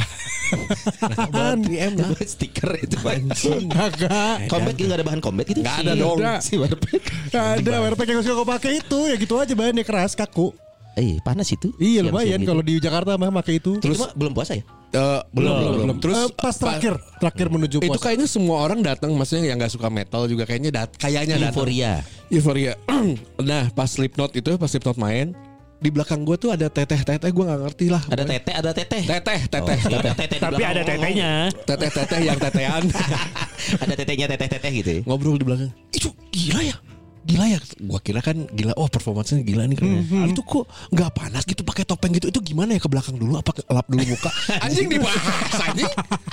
bahan tiga M lah. stiker itu anjing. Kagak. Combat gitu nggak ada bahan combat gitu? Nggak Si- ada dong. Si wearpack. Gak ada wearpack yang suka kau pakai itu ya gitu aja bahannya keras kaku. Eh panas itu. Iya Siang-siang lumayan gitu. kalau di Jakarta mah pakai itu. Terus belum puasa ya? Eh, belum, belum, belum. Terus Eh, pas pa- terakhir terakhir menuju itu puasa. kayaknya semua orang datang, maksudnya yang nggak suka metal juga kayaknya dat kayaknya datang. Euforia. Euforia. Nah, pas Slipknot itu, pas Slipknot main, di belakang gue tuh ada teteh-teteh, gue nggak ngerti lah. Ada teteh, ada teteh. Teteh, teteh, Oh, teteh, teteh, teteh di Tapi belakang. ada tetenya. teteh-teteh yang tetean Ada tetehnya teteh-teteh gitu. ya. ngobrol di belakang. Itu gila ya. Gila ya, gua kira kan gila. Oh performance-nya gila nih. Mm-hmm. Itu kok nggak panas gitu pakai topeng gitu. Itu gimana ya, ke belakang dulu apa ke lap dulu muka? Anjing dibahas anjing.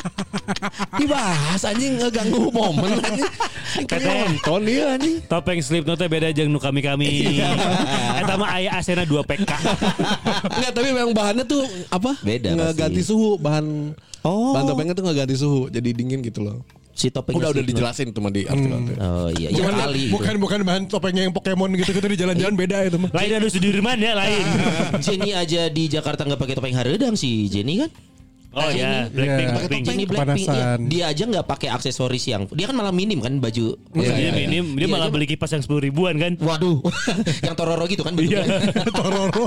Dibahas anjing, ngeganggu momen anjing. Kayak nonton dia anjing. Topeng Slipknot beda jeung nu kami-kami. Eta mah aya asena dua P K. Enggak, tapi memang bahannya tuh apa? Beda Ngeganti pasti. suhu bahan. Oh. Bahan topengnya tuh ngeganti suhu, jadi dingin gitu loh. Si topeng Udah udah dijelasin tuh mah di artikel. Oh iya, ya Bukan, kali. bukan bukan bahan topengnya yang Pokemon gitu-gitu di jalan-jalan beda itu mah. Lain anu Sudirman ya lain. Jenny aja di Jakarta nggak pakai topeng haredang si Jenny kan? Oh ya, Iya. Blackpink, Pakai Blackpink. Jenny Blackpink ya. Kepanasan. Dia aja nggak pakai aksesoris yang dia kan malah minim kan baju. Iya, iya, minim. Dia Dia malah aja- beli kipas yang sepuluh ribuan kan. Waduh, yang Tororo gitu kan bentuknya. Tororo.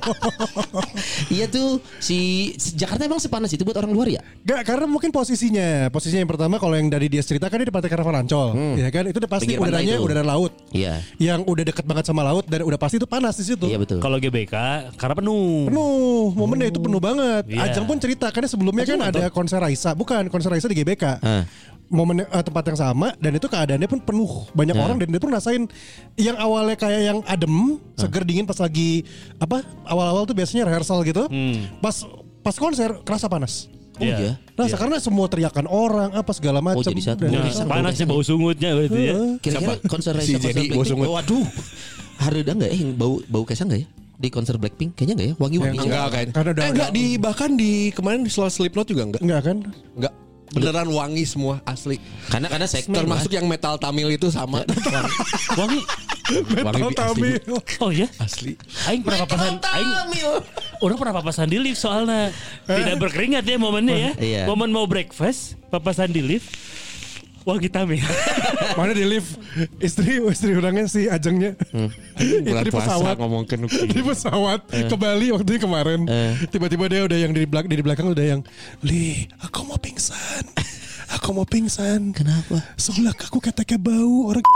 Iya tuh si, si Jakarta emang sepanas itu buat orang luar ya? Gak, karena mungkin posisinya Posisinya yang pertama kalau yang dari dia cerita kan dia di Pantai Karavan Ancol, ya kan? Itu udah pasti Pinggir pantai udaranya itu. udara laut. Iya. Yang udah deket banget sama laut dan udah pasti itu panas di situ. Iya betul. Kalau G B K karena penuh. Penuh, momennya itu penuh banget. Iya. Ajeng pun cerita karena sebelumnya Ajeng kan nonton? ada konser Raisa, bukan konser Raisa di G B K. Ah. Momen eh, tempat yang sama dan itu keadaannya pun penuh banyak Ah. orang dan dia pun rasain yang awalnya kayak yang adem, seger dingin pas lagi apa awal-awal tuh biasanya rehearsal gitu. Pas pas konser kerasa panas. Oh Iya. iya. Rasa karena semua teriakan orang apa segala macam. jadi satu. Dan- Nah, Nah, panasnya bau sungutnya berarti ya. Kira-kira konser Raisa Si konser Jenny Blackpink. Bosungut. Waduh. Haredang nggak ya yang bau bau kesang nggak ya? Di konser Blackpink kayaknya nggak ya? Wangi-wangi. Enggak kayaknya. Karena udah- eh, enggak di bahkan di kemarin di Slow Slipknot juga enggak. Enggak kan? Enggak. Beneran wangi semua asli. Karena karena segmen Termasuk yang metal Tamil itu sama. Wangi. wangi bi- asli. Oh ya. Asli. Aing pernah papasan aing orang pernah papasan di lift soalnya tidak berkeringat ya momennya ya. Iya. Momen mau breakfast, papasan di lift. Wangi Tamil. Mana di lift istri istri orangnya si Ajengnya. Bulan Itu di puasa pesawat. ngomong ke Di pesawat ke Bali waktu itu kemarin. Tiba-tiba dia udah yang di belakang di belakang udah yang, "Li, aku mau pingsan. Aku mau pingsan. Kenapa? Sebelah aku keteknya bau orang."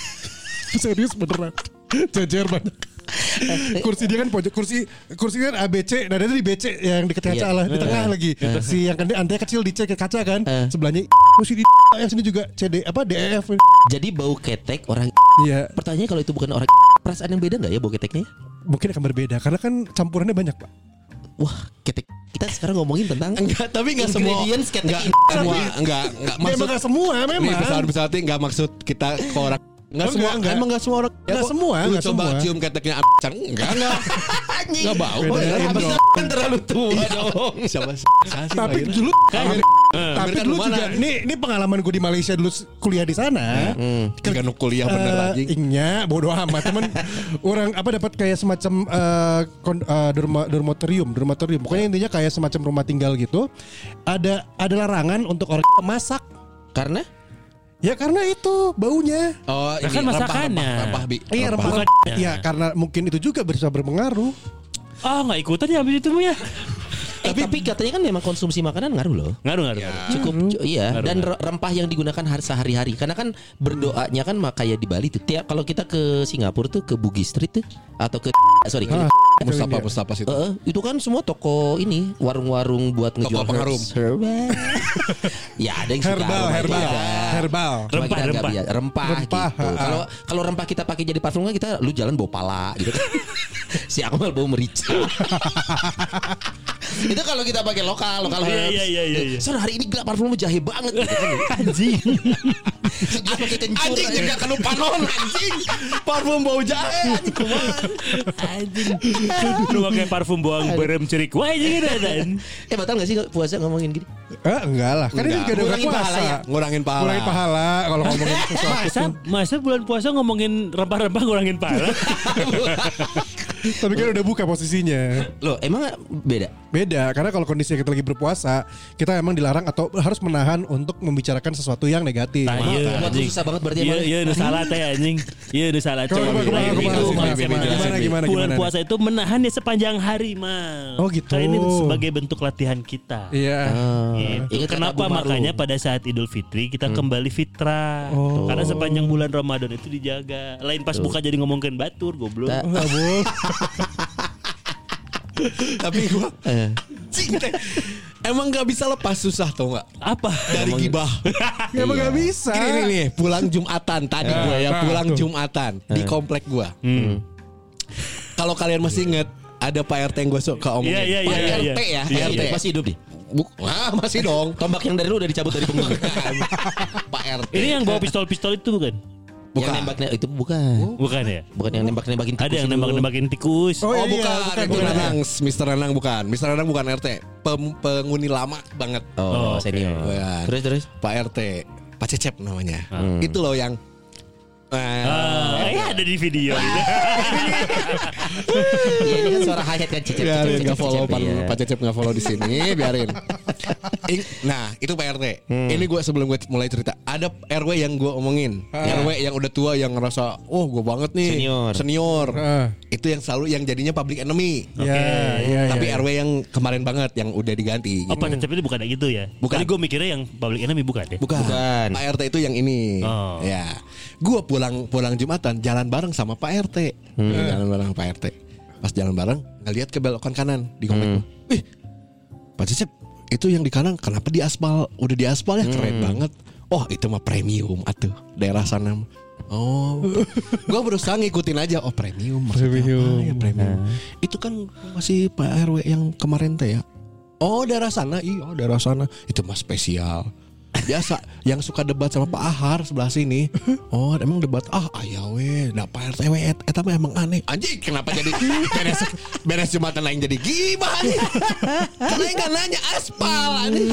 Serius beneran. Jajar banget. Kursi dia kan pojok kursi kursi kan A B C, nah dia tuh di B C yang deket kaca Iya. lah di tengah lagi. Si yang kan dia antai kecil di C ke kaca kan, Eh. sebelahnya kursi di yang sini juga C D apa D E F. Jadi bau ketek orang. Iya, Pertanyaannya kalau itu bukan orang perasaan yang beda nggak ya bau keteknya? mungkin akan berbeda karena kan campurannya banyak, Pak. Wah ketek. Kita sekarang ngomongin tentang Enggak, tapi enggak semua. Ingredients ketek Enggak ini. semua, enggak, enggak Memang maksud nggak semua Nih memang. pesawat-pesawat enggak maksud kita ke orang. Enggak Oh, semua, enggak, enggak. emang enggak semua orang. Nggak kok semua, lu nggak coba semua. cium keteknya a**cang. Enggak, enggak. Enggak bau. Bedain Habis dong. itu Kan terlalu tua dong. siapa sih? Tapi akhirnya? dulu Kan Tapi Amerika dulu mana? juga ini ini pengalaman gue di Malaysia dulu kuliah di sana. Ketika nu kuliah bener Eh, anjing. Iya, bodoh amat teman. Orang apa dapat kayak semacam eh, kon- eh, dorma- dormatorium, dormatorium. Pokoknya intinya kayak semacam rumah tinggal gitu. Ada ada larangan untuk orang masak. Karena Ya karena itu baunya. Oh, Nah, kan masakannya. Rempah, rempah, Bi. Iya, Rempah. rempah. Iya, karena mungkin itu juga bisa berpengaruh. Ah nggak ikutan ya habis itu ya. Eh, tapi katanya kan memang konsumsi makanan ngaruh loh. Ngaruh ngaruh. ngaruh. Cukup cu- iya Ngaruh, dan ngaruh. re- rempah yang digunakan hari sehari-hari karena kan berdoanya kan mak- kayak di Bali tuh. Tiap kalau kita ke Singapura tuh ke Bugis Street tuh atau ke sorry ke Mustafa Mustafa situ. Eh, itu kan semua toko ini warung-warung buat ngejual pengharum. herbs, herbal. Ya ada yang suka Herbal, aroma herbal, juga. herbal. Cuma Rempah, kita nggak rempah. biasa. rempah, Rempah, gitu. ha-ha. Kalau kalau rempah kita pakai jadi parfum kan kita lu jalan bawa pala gitu kan. Si Akmal bau merica. Itu kalau kita pakai lokal, lokal Iya, herbs. iya, iya, iya, iya. Soalnya hari ini gelap parfum jahe banget gitu kan. Anjing. Dia pakai kencur. Anjing juga kanu panon anjing. Parfum bau jahe anjing kumaha. Anjing. Lu pakai parfum buang berem cerik. Wah anjing dan. Eh batal gak sih puasa ngomongin gini? Eh, enggak lah. Kan ini Enggak. juga ada Ngurangin puasa. pahala ya? Ngurangin pahala. Ngurangin pahala kalau ngomongin sesuatu. Masa masa bulan puasa ngomongin rempah-rempah ngurangin pahala. Tapi kan udah buka posisinya. Loh emang beda? Beda, karena kalau kondisinya kita lagi berpuasa, kita emang dilarang atau harus menahan untuk membicarakan sesuatu yang negatif. Nah, iya, Buat lu anjing. susah banget berarti Iya emang. iya udah salah teh anjing. Iya udah salah. Coba, Coba coba, bilang coba, itu, gimana, Mas. gimana, Gimana, gimana, gimana, Bulan gimana? puasa itu menahan ya sepanjang hari mal. Oh, gitu. Karena ini sebagai bentuk latihan kita. Iya. Gitu. Ingat kata Kenapa Abu Marum. makanya pada saat Idul Fitri kita kembali fitrah. Oh. Karena sepanjang bulan Ramadan itu dijaga. Lain pas buka jadi ngomongin batur goblok. Ta- Enggak, Bu. Tapi gua Eh. cing teh. Emang gak bisa lepas susah tau gak? Apa? Dari gibah. Ya emang gak bisa. Gini nih, nih pulang Jumatan tadi Ya, gue ya nah, pulang tuh. Jumatan di komplek gue. Hmm. Kalau kalian masih inget ada Pak R T yang gue suka omongin. Iya, iya, Pak iya, R T iya. ya, Iya, R T iya. Masih hidup nih. Buk- Wah, masih dong. Tombak yang dari lu udah dicabut dari punggung. Pak R T. Ini yang bawa pistol-pistol itu bukan? Bukan. Yang nembaknya itu bukan. Bukan ya? Bukan yang nembak-nembakin tikus Ada yang itu. nembak-nembakin tikus. Oh, Oh, iya, bukan, bukan, itu bukan. Nanang, mister Nanang bukan. mister Nanang bukan R T. Pem- penghuni lama banget. Oh, Oh, oke. senior. Bukan. Terus terus. Pak R T, Pak Cecep namanya. Itu loh yang Ah, ya ada di video itu. Iya ini kan suara hi-hat kan cicip. biarin nggak follow Pak, iya. Pak Cecep nggak follow di sini, biarin. Ing- Nah itu Pak R T. Ini gue sebelum gue mulai cerita, ada R W yang gue omongin, R W yang udah tua yang ngerasa, oh gue banget nih, Senior. senior. Ah. Itu yang selalu yang jadinya public enemy. Ya, ya, Tapi ya. R W yang kemarin banget yang udah diganti. Oh, Gitu. Pak Cecep itu bukan kayak gitu ya? Bukan. Tadi gue mikirnya yang public enemy bukan ya? Bukan. Bukan. Pak R T itu yang ini. Oh. Ya. Gue pulang pulang Jumatan jalan bareng sama Pak R T. Jalan bareng sama Pak R T. Pas jalan bareng ngeliat ke belokan kanan di komplek gua. Ih. Pak Cecep, itu yang di kanan kenapa di aspal? Udah di aspal ya keren banget. Oh, itu mah premium atuh daerah sana. Oh. Gua berusaha ngikutin aja. Oh, premium maksudnya Premium. apa ya premium. Itu kan masih Pak R W yang kemarin teh ya. Oh, daerah sana. Iya, daerah sana. Itu mah spesial. Biasa yang suka debat sama Pak Ahar sebelah sini. Oh, emang debat ah aya we, da Pak R T we et- eta mah emang aneh. Anjing, kenapa jadi beres beres Jumatan lain jadi gibah anjing. Karena yang kan nanya aspal anjing.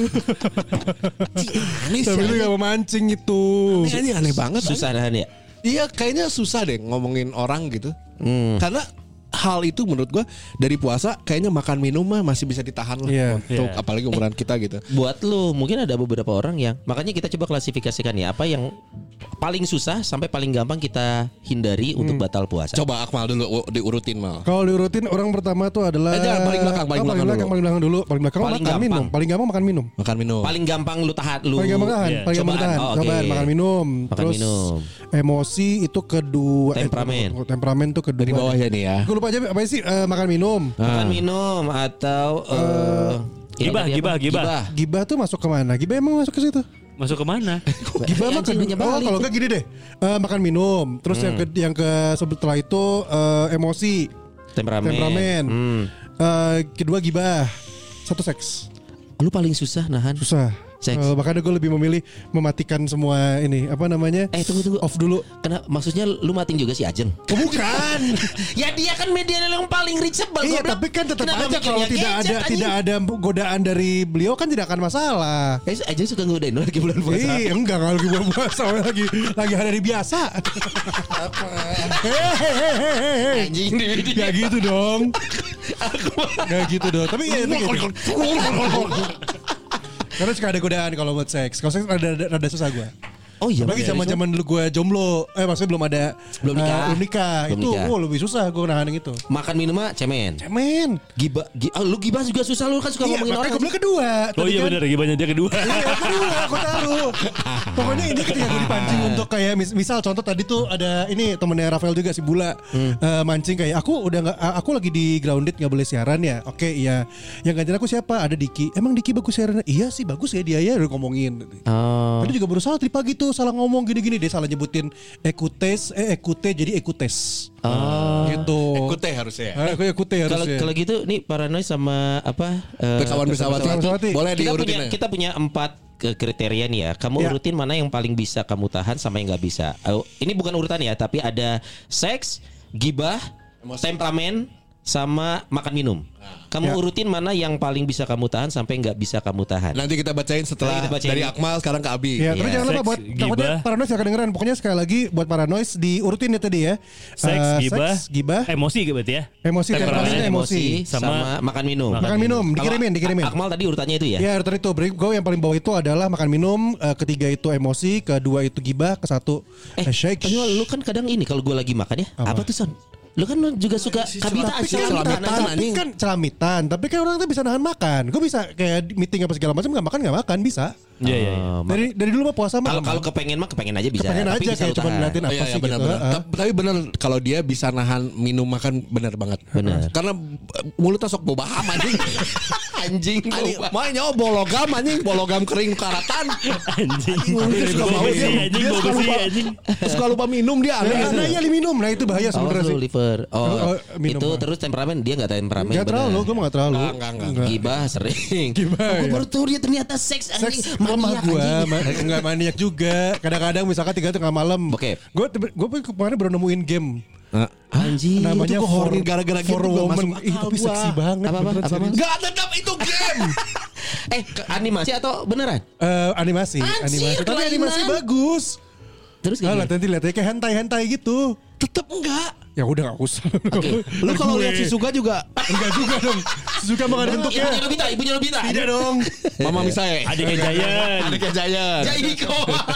Cing, Aneh sih. Tapi lu anjing. gak memancing itu. Aneh, anjing, aneh banget. Susah nahan ya. Iya, kayaknya susah deh ngomongin orang gitu. Hmm. Karena hal itu menurut gua dari puasa kayaknya makan minum mah masih bisa ditahan lah Iya. untuk Iya. apalagi umuran kita gitu. Buat lu mungkin ada beberapa orang yang makanya kita coba klasifikasikan ya apa yang paling susah sampai paling gampang kita hindari untuk batal puasa. Coba Akmal dulu u- diurutin mal. Kalau diurutin orang pertama tuh adalah Eh, jangan, paling belakang, paling Oh, belakang belakang, dulu. paling belakang dulu, paling belakang Paling makan gampang. minum, paling gampang makan minum. Makan minum. Paling gampang lu tahan lu. Paling gampang tahan, Iya. paling gampang Cobaan. tahan. Oh, oke. Cobaan makan minum. Makan Terus minum. emosi itu kedua. eh, Temperamen. tunggu, temperamen tuh kedua. Dari bawah ya nih ya. Gue lupa aja apa sih eh, makan minum. Makan minum atau eh, ini Gibah, tadi apa? gibah, gibah. Gibah tuh masuk ke mana? Gibah emang masuk ke situ. Masuk ke mana? Gibah mah anjing, kedua. nanya Oh, balik. kalau enggak gini deh. Eh, makan minum. Terus yang ke yang ke setelah itu eh, emosi, Temperamen. temperamen. Hmm. Eh, kedua gibah. Satu seks. Lu paling susah nahan. Susah. Seks. Uh, makanya gue lebih memilih mematikan semua ini apa namanya? Eh tunggu tunggu Off dulu. Kenapa maksudnya lu matiin juga si Ajeng? Oh, bukan. Ya dia kan media yang paling reachable. Iya, goblok. tapi kan tetap Kenapa aja kalau mikirnya tidak gadget, ada anjing? tidak ada godaan dari beliau kan tidak akan masalah. Eh Ajeng suka ngodain lu lagi bulan puasa. Iya, enggak kalau lagi bulan puasa lagi lagi hari biasa. Hehehe. Anjing di video. Gak gitu dong. Gak gitu dong. Tapi ya itu gitu. Karena suka ada godaan kalau buat seks. Kalau seks rada, rada susah gue. Oh iya. Lagi bener. zaman-zaman dulu gue jomblo. Eh maksudnya belum ada Belum nikah. uh, belum nikah. Belum Itu nikah. oh, lebih susah gue nahan yang itu. Makan minum mah cemen. Cemen. Giba, gi, ah, lu gibah juga susah lu kan suka Iya, ngomongin makanya orang. gue bilang kedua. Oh Tadi iya kan- benar, gimana dia kedua. Iya kedua aku taruh. Pokoknya ini ketika gue dipancing untuk kayak mis- misal contoh tadi tuh ada ini temennya Rafael juga si Bula Hmm. eh, mancing kayak aku udah nggak aku lagi di grounded nggak boleh siaran ya. Oke iya. Yang gantiin aku siapa? Ada Diki. Emang Diki bagus siarannya? Iya sih bagus ya dia ya udah ngomongin. Oh. Tadi juga baru salah tadi pagi tuh salah ngomong gini-gini dia salah nyebutin ekutes eh ekute jadi ekutes. Oh. Gitu. Ekute harusnya. Eh, aku ekute Kalau harusnya. kalau gitu nih Paranoid sama apa? eh, Kawan bersawati. Bersawati. Boleh kita punya diurutin. kita punya empat ke- kriteria nih ya. Kamu Ya. urutin mana yang paling bisa kamu tahan sama yang nggak bisa. Oh, ini bukan urutan ya, tapi ada seks, gibah, temperamen, sama makan minum. Kamu Ya. urutin mana yang paling bisa kamu tahan sampai nggak bisa kamu tahan. Nanti kita bacain setelah Nanti kita bacain. dari Akmal sekarang ke Abi. Ya, tapi Iya. jangan lupa Seks, buat gibah. takutnya Paranoid gak kedengeran. Pokoknya sekali lagi buat Paranoid diurutin ya tadi ya. Seks, Eh, gibah, seks, gibah, emosi berarti ya. emosi, Temperamen, temperamen, emosi. sama, Sama makan minum. makan Makan minum, Kalau dikirimin, dikirimin. Akmal tadi urutannya itu ya. Ya, urutan itu. Gue yang paling bawah itu adalah makan minum, eh, ketiga itu emosi, kedua itu gibah, ke satu Eh, eh, shake. Tanya, lu kan kadang ini kalau gue lagi makan ya. Apa, Apa? tuh Son? Lu kan juga suka kabita Tapi kan, celamitan, tapi anjing. kan celamitan. Tapi kan orang tuh bisa nahan makan. Gue bisa kayak meeting apa segala macam nggak makan nggak makan bisa. Iya iya. iya. Oh, Dari dari dulu mah puasa mah. Kalau kalau kepengen mah kepengen aja bisa. kepengen tapi aja bisa kayak lu cuma tahan. ngeliatin apa Iya, sih iya, benar, gitu. benar. Heeh. Ta- Tapi benar kalau dia bisa nahan minum makan benar banget. Benar. Karena uh, mulutnya sok bobaham anjing. Anjing. Anjing, makanya nyawa bologam anjing, bologam kering karatan. Anjing. Mulutnya suka Bau bau besi dia. anjing, Dia bau suka besi lupa, anjing. suka lupa minum dia aneh. Nah, nah iya minum. Nah itu bahaya Oh, sebenarnya lu sih. liver. Oh, Oh, minum itu mah. terus temperamen dia nggak temperamen. Gak terlalu, gue mah gak terlalu. Enggak, enggak, enggak. Gibah sering. Gibah, Oh, gue ya. baru tahu dia ternyata seks anjing. Seks lemah Maniak, gue, anjing. nggak maniak juga. Kadang-kadang misalkan tiga tengah malam. Bokep. Gue gue kemarin baru nemuin game. Anjing. Namanya itu gua horny For- gara-gara For gitu, gua Woman. masuk Ih, akal tapi gua. seksi banget. Apa-apa? beneran Apa-apa? serius. Enggak tetap itu game. Eh, ke- animasi atau beneran? Eh, animasi, Anjir, animasi. Tapi kelainan. animasi bagus. Terus Nah, gimana? nanti lihat ya kayak hentai-hentai gitu. Tetap enggak. Ya udah gak usah. Oke. Lu kalau lihat si Suga juga Enggak juga dong. Suka banget bentuknya. Ibunya Nobita, ibunya Nobita. Tidak dong. Mama misalnya. Adiknya Jayan. Adiknya Jayan. Jaiko.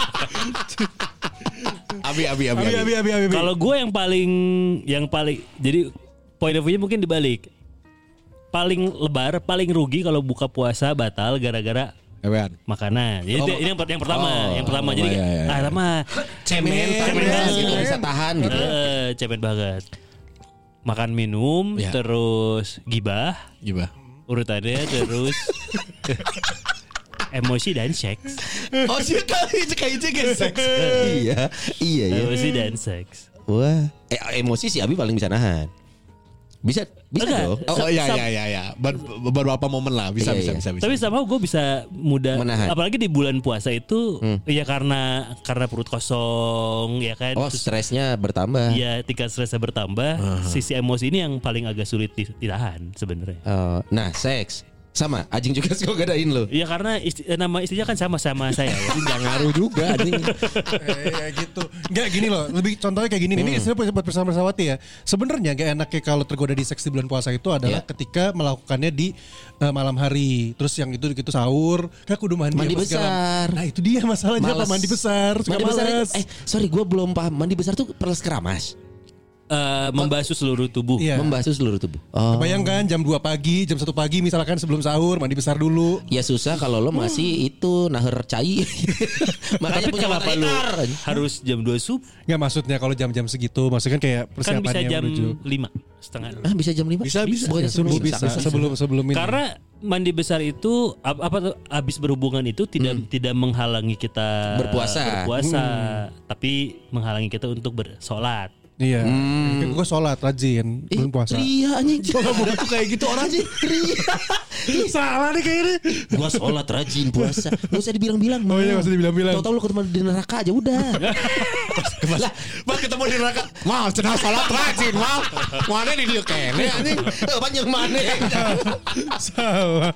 Abi abi abi. Abi abi abi abi. abi. Kalau gue yang paling yang paling jadi point of view-nya mungkin dibalik. Paling lebar, paling rugi kalau buka puasa batal gara-gara Ewan. makanan. Jadi Oh, itu- ini yang, per- yang pertama, oh, yang pertama. oh, Jadi iya, iya, ah iya. lama Cemen, cemen panas banget. gitu, bisa tahan gitu. Eh, cemen banget. Makan minum, Ya. terus gibah, Gimana? urutannya terus emosi dan seks. Oh sih kali itu kayak itu kayak seks. Iya, iya ya. Emosi dan seks. Wah, eh, emosi si Abi paling bisa nahan. Bisa, bisa Enggak. dong. Oh iya Sam- iya iya iya. Ber- beberapa momen lah bisa Iya, bisa iya. bisa bisa. Tapi somehow gue bisa mudah, Menahan. apalagi di bulan puasa itu, ya karena karena perut kosong, ya kan. Oh, Terus, stresnya bertambah. ya tingkat stresnya bertambah, sisi emosi ini yang paling agak sulit di- ditahan sebenarnya. Oh, nah, seks sama. Ajing juga suka gadain lo. Ya karena isti- eh, nama istrinya kan sama-sama saya. Ya. Enggak ngaruh juga anjing. Eh, gitu. Enggak gini loh. Lebih contohnya kayak gini. nih. Ini istilah buat bersama bersawati ya. Sebenarnya gak enaknya kalau tergoda di seks di bulan puasa itu adalah Iya. ketika melakukannya di eh, malam hari. Terus yang itu gitu sahur, kan kudu mandi, Mandi apa segala. besar. Nah, itu dia masalahnya apa Males. mandi besar, suka Mandi besar males. itu, eh sorry gue belum paham. Mandi besar tuh perles keramas. Eh, membasuh seluruh tubuh. Iya. Membasuh seluruh tubuh. Oh. Bayangkan jam dua pagi, jam satu pagi misalkan sebelum sahur mandi besar dulu. Ya susah kalau lo masih itu naher cai. Makanya Tapi punya kenapa mata lu itar. harus jam dua subuh? Nggak maksudnya kalau jam-jam segitu, maksudnya kan kayak Kan persiapannya bisa jam menuju. lima setengah. Ah bisa jam lima? Bisa, bisa. Bukannya Ya, subuh subuh bisa sebelum sebelum ini. Karena mandi besar itu ap- apa tuh habis berhubungan itu tidak tidak menghalangi kita Berpuasa. berpuasa, tapi menghalangi kita untuk bersolat. Iya. Hmm. Gue sholat rajin Eh, bulan puasa. Ria anjing. Kalau bukan tuh kayak gitu orang sih. Salah nih kayaknya. Gua sholat rajin puasa. Gak usah dibilang-bilang. Oh iya, gak usah dibilang-bilang. Tahu-tahu lu ketemu di neraka aja udah. Lah, pas ketemu di neraka, mal cenah salat rajin, mal. Mana di dia kene anjing. Banyak mana. Salah.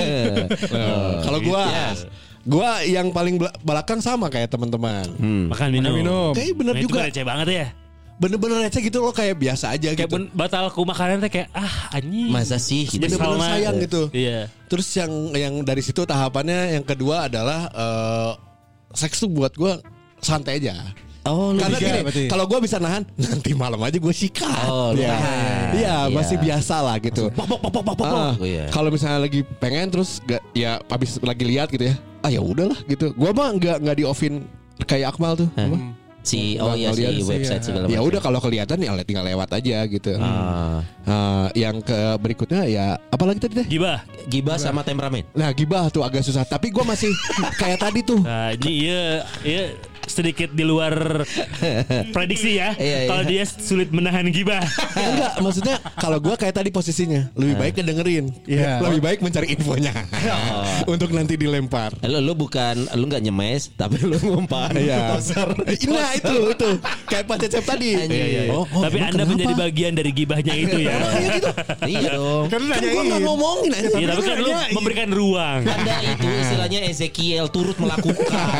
Kalau gua gua yang paling bela- belakang sama kayak teman-teman. Makan minum. minum. Kayak bener Nah, itu juga. receh banget ya. Bener-bener receh gitu loh, kayak biasa aja Kayak gitu. ben- batalku makanan teh kayak ah anjing. Masa sih? Nyesel Bener-bener mah. sayang gitu. Iya. Terus yang yang dari situ tahapannya yang kedua adalah eh, seks tuh buat gua santai aja. Oh, lu Karena tiga gini, berarti. kalau gue bisa nahan, nanti malam aja gue sikat. Oh, lu Iya. tahan. Iya, Iya. masih biasa lah gitu. Pok pok pok pok pok pok. Ah, Oh, iya. Kalau misalnya lagi pengen terus gak, ya abis lagi lihat gitu ya, ah ya udahlah gitu. Gue mah nggak nggak di offin kayak Akmal tuh. Hah? Apa? Si oh iya si Ngeliat sih, website segala Ya macam. udah kalau kelihatan ya tinggal lewat aja gitu. Ah. Ah, yang ke berikutnya ya apalagi tadi deh. Gibah. Gibah sama temperamen. Nah gibah tuh agak susah. Tapi gue masih kayak tadi tuh. Nah, ini iya iya sedikit di luar prediksi ya. Iya, iya. Kalau dia sulit menahan gibah. Enggak, maksudnya kalau gue kayak tadi posisinya lebih baik ngedengerin, Iya. lebih baik mencari infonya untuk nanti dilempar. Lu lu bukan lu nggak nyemes tapi lu ngumpan. Iya. Nah itu itu kayak Pak Cecep tadi. Iya, iya, iya. Oh, oh, Tapi emang Anda kenapa? menjadi bagian dari gibahnya itu ya. Iya dong. Kan Kan gue nggak ngomongin aja. Iya, tapi kan lu memberikan ruang. Anda itu istilahnya Ezekiel turut melakukan.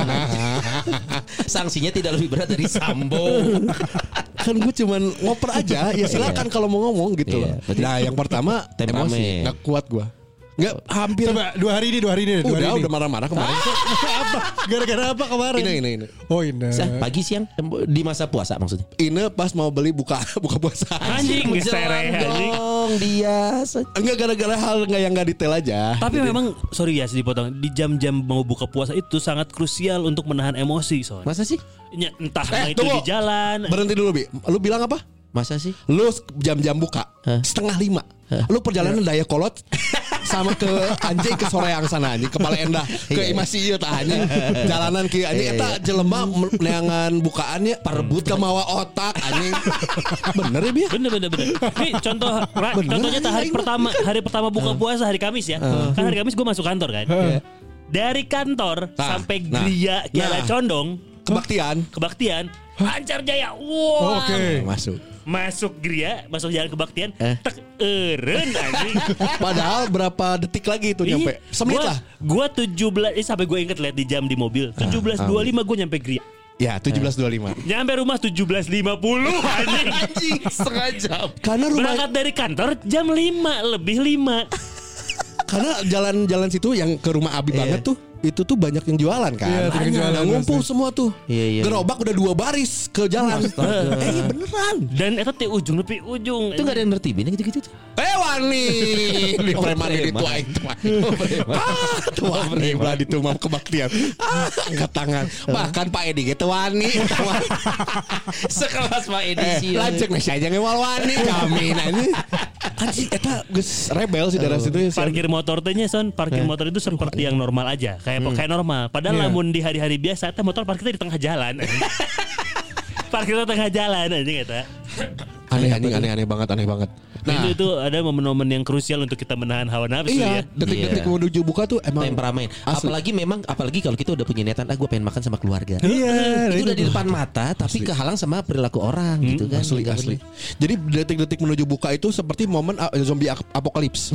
Sanksinya tidak lebih berat dari Sambo. Kan gue cuman ngoper aja. Ya silakan kalau mau ngomong gitu. Iya, loh. berarti- Nah yang pertama Temperamen. emosi, nggak kuat gue. Nggak hampir. Coba dua hari ini, dua hari ini, dua hari Udah ini. udah marah-marah kemarin. Apa? Gara-gara apa kemarin? Ini ini ini. Oh ini. Sah, pagi siang di masa puasa maksudnya. Ini pas mau beli buka buka puasa. Anjing ngesereh anjing. dong dia. Enggak gara-gara hal nggak yang nggak detail aja. Tapi memang sorry ya dipotong. Di jam-jam mau buka puasa itu sangat krusial untuk menahan emosi soalnya. Masa sih? Ya, entah Eh, itu tunggu. di jalan. Berhenti dulu Bi. Lu bilang apa? Masa sih? Lu jam-jam buka Hah? setengah lima. Lu perjalanan daya kolot sama ke anjing ke Soreang sana anjing kepala endah ke Imasi ieu tah anjing jalanan ke anjing eta jelema neangan bukaannya parebut ke mawa otak anjing. Bener ya Bi? Bener bener bener. Ini contoh ra- Bener, contohnya tak hari anjing. pertama hari pertama buka puasa hari Kamis ya. Kan hari Kamis gue masuk kantor kan. Dari kantor Nah, sampai nah, Gria Kiara nah. Condong Kebaktian. kebaktian Ancar Jaya. Wow. Oke. Masuk. Masuk Gria, masuk jalan kebaktian, Eh. tek eureun anjing. Padahal berapa detik lagi itu nyampe? Semenit Gua- lah. Gua tujuh belas eh, sampai gue inget lihat di jam di mobil. tujuh belas dua puluh lima gue nyampe Gria. Ya, tujuh belas dua puluh lima. Nyampe rumah tujuh belas lima puluh anjing. Anjing setengah jam. Karena rumah Berangkat dari kantor jam lima lebih lima. karena jalan-jalan situ yang ke rumah Abi banget tuh itu tuh banyak yang jualan kan. Iya, banyak yang jualan, Nah, ngumpul pasti. semua tuh. Iya, iya. Gerobak udah dua baris ke jalan. Eh, iya beneran. Dan itu teh ujung nepi ujung. Itu gak ada yang nertibin gitu-gitu. Eh wani di Oh, preman di preman. tua itu. Ah, tua nih belah di tumam kebaktian. Ah, angkat tangan. Bahkan Pak Edi gitu wani. Sekelas Pak Eh, Edisi. lanjut nih saya ngewal wani kami nah ini. Anjing eta geus rebel sih daerah situ ya. Parkir motor tehnya son, parkir motor itu seperti yang normal aja, kayak kayak normal. Padahal Iya. lamun di hari-hari biasa, teh motor parkirnya di tengah jalan. Parkirnya tengah jalan aja kata. Aneh aneh aneh aneh banget aneh banget. Nah, itu itu ada momen-momen yang krusial untuk kita menahan hawa nafsu iya, ya. detik-detik Iya. menuju buka tuh emang Temperamen. Asli. Apalagi memang apalagi kalau kita udah punya niatan ah gue pengen makan sama keluarga. Iya, itu itu udah di depan mata tapi kehalang sama perilaku orang gitu kan. asli Nggak asli. bener. Jadi detik-detik menuju buka itu seperti momen ah, zombie ap- apokalips.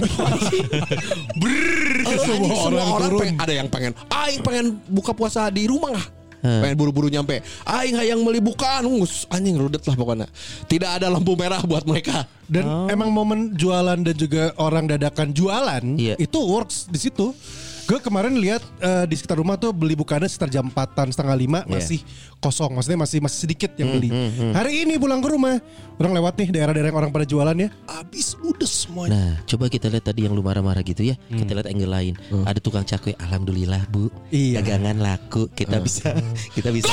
Brrrr, semua orang, pengen- ada yang pengen, aing pengen buka puasa di rumah lah. Pengen buru-buru nyampe. Aing hayang meuli bukaan, us anjing rudet lah pokoknya. Tidak ada lampu merah buat mereka. Dan emang momen jualan dan juga orang dadakan jualan Iya. itu works di situ. Gue kemarin lihat eh, di sekitar rumah tuh beli bukannya sekitar jam empatan setengah lima masih kosong, maksudnya masih masih sedikit yang beli. Hari ini pulang ke rumah, orang lewat nih daerah-daerah yang orang pada jualan ya, abis ludes semuanya. Nah, coba kita lihat tadi yang lu marah-marah gitu ya. Kita lihat angle lain. Ada tukang cakwe, alhamdulillah Bu. Iya. Dagangan laku. Kita bisa kita bisa.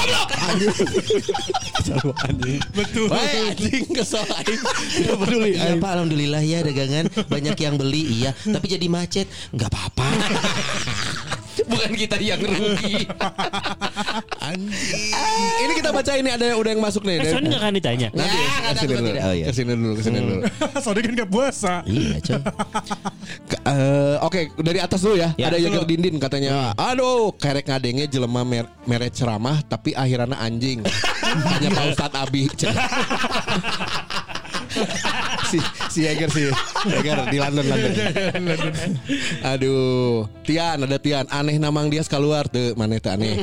Betul. Wah, anjing kesel aing. Tidak peduli. Iya Pak, alhamdulillah ya dagangan banyak yang beli. Iya, tapi jadi macet. Enggak apa-apa. Bukan kita yang rugi. Anjing. Ini kita baca ini ada udah yang masuk nih. Eh, soalnya nggak akan ditanya. Nanti Ya, ya, nggak kesini takut dulu, tidak. Oh, iya. kesini dulu, kesini dulu. Soalnya kan gak puasa. Iya, coy. Ke- eh, Oke, dari atas dulu ya. Ya, Ada Jager dulu. Dindin katanya, aduh, kerek ngadenge jelema mer mere ceramah tapi akhirannya anjing. Hanya Pak Ustadz Abi. si si Jager si Jager di London London. Aduh, Tian ada Tian aneh namang dia keluar tuh mana teh aneh.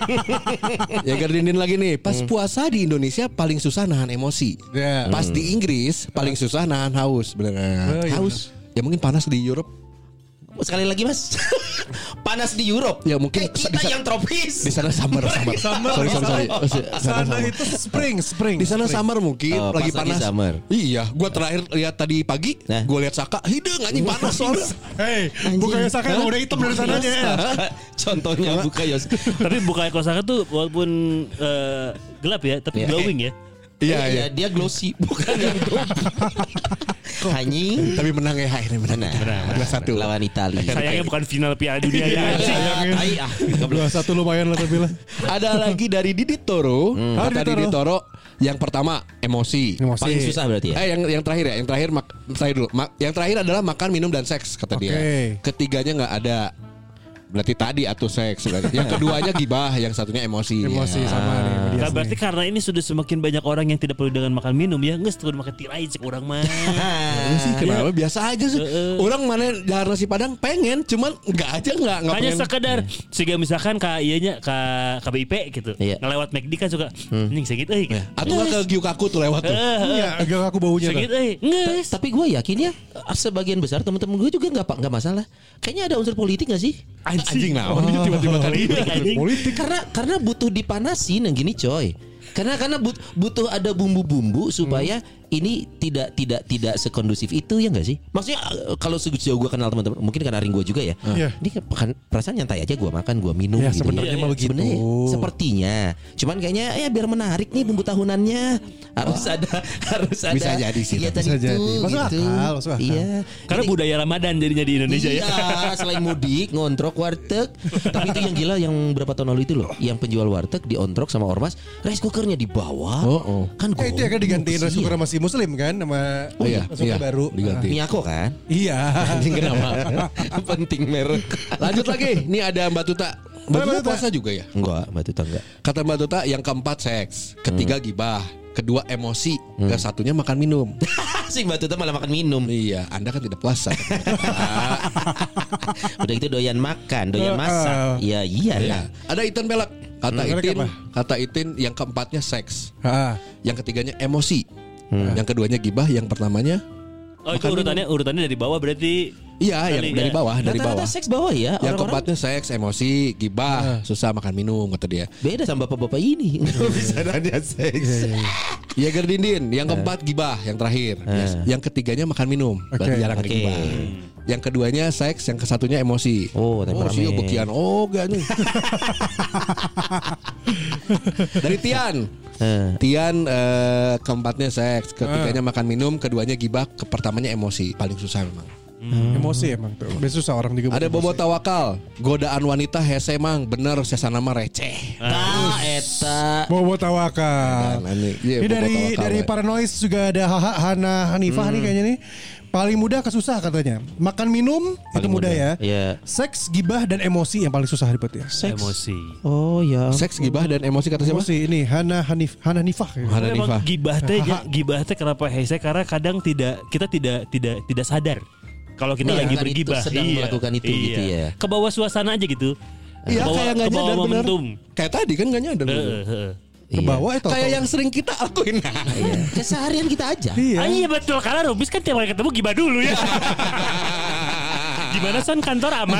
Jager Dindin lagi nih. Pas puasa di Indonesia paling susah nahan emosi. Ya. Pas di Inggris paling susah nahan haus. Bener. Oh, iya Haus. Ya mungkin panas di Europe. Sekali lagi mas, panas di Europe. Ya, mungkin Kayak kita di sa- yang tropis. Di sana summer summer. Summer. Sorry sorry sorry. Oh, si- sana Sana summer. itu spring, spring. Di sana spring. summer mungkin Oh, lagi pas lagi panas. summer. Iya, gua terakhir lihat tadi pagi, Nah. gua lihat Saka, hideung anjing panas soalnya. Hei, bukannya Saka emang udah hitam dari sananya ya. Contohnya buka yos. Tapi buka Kosaka tuh walaupun eh, gelap ya, tapi Iya. glowing ya. Iya iya. dia glossy bukan yang top. Anjing. Tapi menang ya ini menang. dua satu. Lawan Italia. Sayangnya bukan final Piala Dunia ya. anjing. Tai ah. Dua satu lumayan lah tapi lah. Ada lagi dari Didit Toro. Ah, Kata Didit Didit Toro yang pertama emosi. Emosi. Paling susah berarti ya. Eh yang yang terakhir ya, yang terakhir mak saya dulu. Ma- yang terakhir adalah makan, minum dan seks kata dia. Oke. Ketiganya nggak ada. Berarti tadi atau seks berarti. Yang keduanya gibah, yang satunya emosi. Emosi Ya. sama nih. Medias Nah, berarti nih. karena ini sudah semakin banyak orang yang tidak perlu dengan makan minum ya, nggak setuju makan tirai cek orang mah. Ini sih kenapa biasa aja sih. Orang mana jahar nasi Padang pengen, cuman nggak aja nggak nggak Hanya pengen. sekedar sehingga misalkan ka ianya ka K B I P gitu. Iya. Ngelewat McD kan suka anjing sakit euy. Atau nggak ke Gyukaku tuh lewat tuh. Iya, agak aku baunya Sakit tuh. euy. Ngeus. Tapi gue yakin ya sebagian besar teman-teman gue juga nggak pak nggak masalah. Kayaknya ada unsur politik nggak sih? Anjing naon ini tiba-tiba kali ini. Anjing. Politik. Karena karena butuh dipanasin yang gini coy. Karena karena but- butuh ada bumbu-bumbu supaya ini tidak tidak tidak sekondusif itu ya enggak sih? Maksudnya eh, kalau sejauh gue kenal teman-teman, mungkin karena ring gue juga ya. Iya. Ini kan perasaan nyantai aja gue makan, gue minum Ya, gitu. sebenarnya ya. mah begitu. Sebenarnya sepertinya. Cuman kayaknya ya biar menarik nih bumbu tahunannya harus ada harus ada Bisa jadi sih, kegiatan bisa itu, jadi. Masuk gitu. akal, masuk akal. Iya. Karena Jadi- budaya Ramadan jadinya di Indonesia iya, ya. selain mudik, ngontrok warteg. Tapi itu yang gila yang berapa tahun lalu itu loh, yang penjual warteg diontrok sama ormas, rice cookernya dibawa. Oh, oh. Kan Ya, itu ya kan digantiin rice cooker iya. masih muslim kan sama Oh, iya, rice cooker iya. baru. Diganti. Miyako kan? Iya. Anjing kenapa? Penting merek. Lanjut lagi. Nih ada Mbak Tuta. Mbak Tuta Mbak Tuta. puasa juga ya? Enggak, Mbak Tuta enggak. Kata Mbak Tuta yang keempat seks, ketiga gibah, kedua emosi, ke satunya makan minum. Si Mbak Tuta malah makan minum. Iya, Anda kan tidak puasa. Udah itu doyan makan, doyan Uh, masak. uh. Iya, iya Ya. lah. Ada Itin Belak. Kata Hmm. Itin, Apa? kata Itin yang keempatnya seks, Ah. yang ketiganya emosi, yang keduanya gibah, yang pertamanya Oh itu urutannya urutannya dari bawah berarti. iya yang Kali, dari ya. bawah, dari Rata-rata bawah. seks bawah ya. Yang Orang-orang keempatnya seks, emosi, gibah, susah makan minum kata dia. beda sama bapak-bapak ini. Nggak bisa nanya seks. Jager Dindin, yang keempat gibah, yang terakhir. Eh. Yang ketiganya makan minum, berarti Oke. jarang ada Oke. gibah. Yang keduanya seks, yang kesatunya emosi. Oh, oh temperamen. sih bekian oh gak nih. Dari Tian. Eh. Tian eh, keempatnya seks, ketiganya makan minum, keduanya gibah, ke pertamanya emosi, paling susah memang. Emosi emang tuh. Udah susah orang juga. Ada emosi. Bobo Tawakal, godaan wanita hese mang, bener saya nama receh. Ah, eta. Bobo Tawakal. Nah, ini, iya, Ini Bobo dari Tawakal, dari we. Paranoid juga ada Haha Hana Hanifah nih kayaknya nih. Paling mudah ke susah katanya. Makan minum itu mudah, ya. Iya. Seks, gibah dan emosi yang paling susah ribet ya. Emosi. Oh ya. Seks, gibah dan emosi kata siapa? Emosi ini Hana Hanif Hana Hanifah. kayaknya. Hana Memang Hanifah. gibah teh gibah teh kenapa hese karena kadang tidak kita tidak tidak tidak sadar kalau kita lagi Melakukan itu, bergibah. sedang melakukan itu gitu ya. Ke bawah suasana aja gitu. Iya Kebawa- kayak nggak kebawa nyadar bener. momentum. Kayak tadi kan nggak nyadar. bener. Heeh, heeh. Ke bawah itu. Kayak yang sering kita lakuin. Iya. Keseharian kita aja. Iya. Ah, iya betul karena Rubis kan tiap kali ketemu gibah dulu ya. Gimana son kantor aman?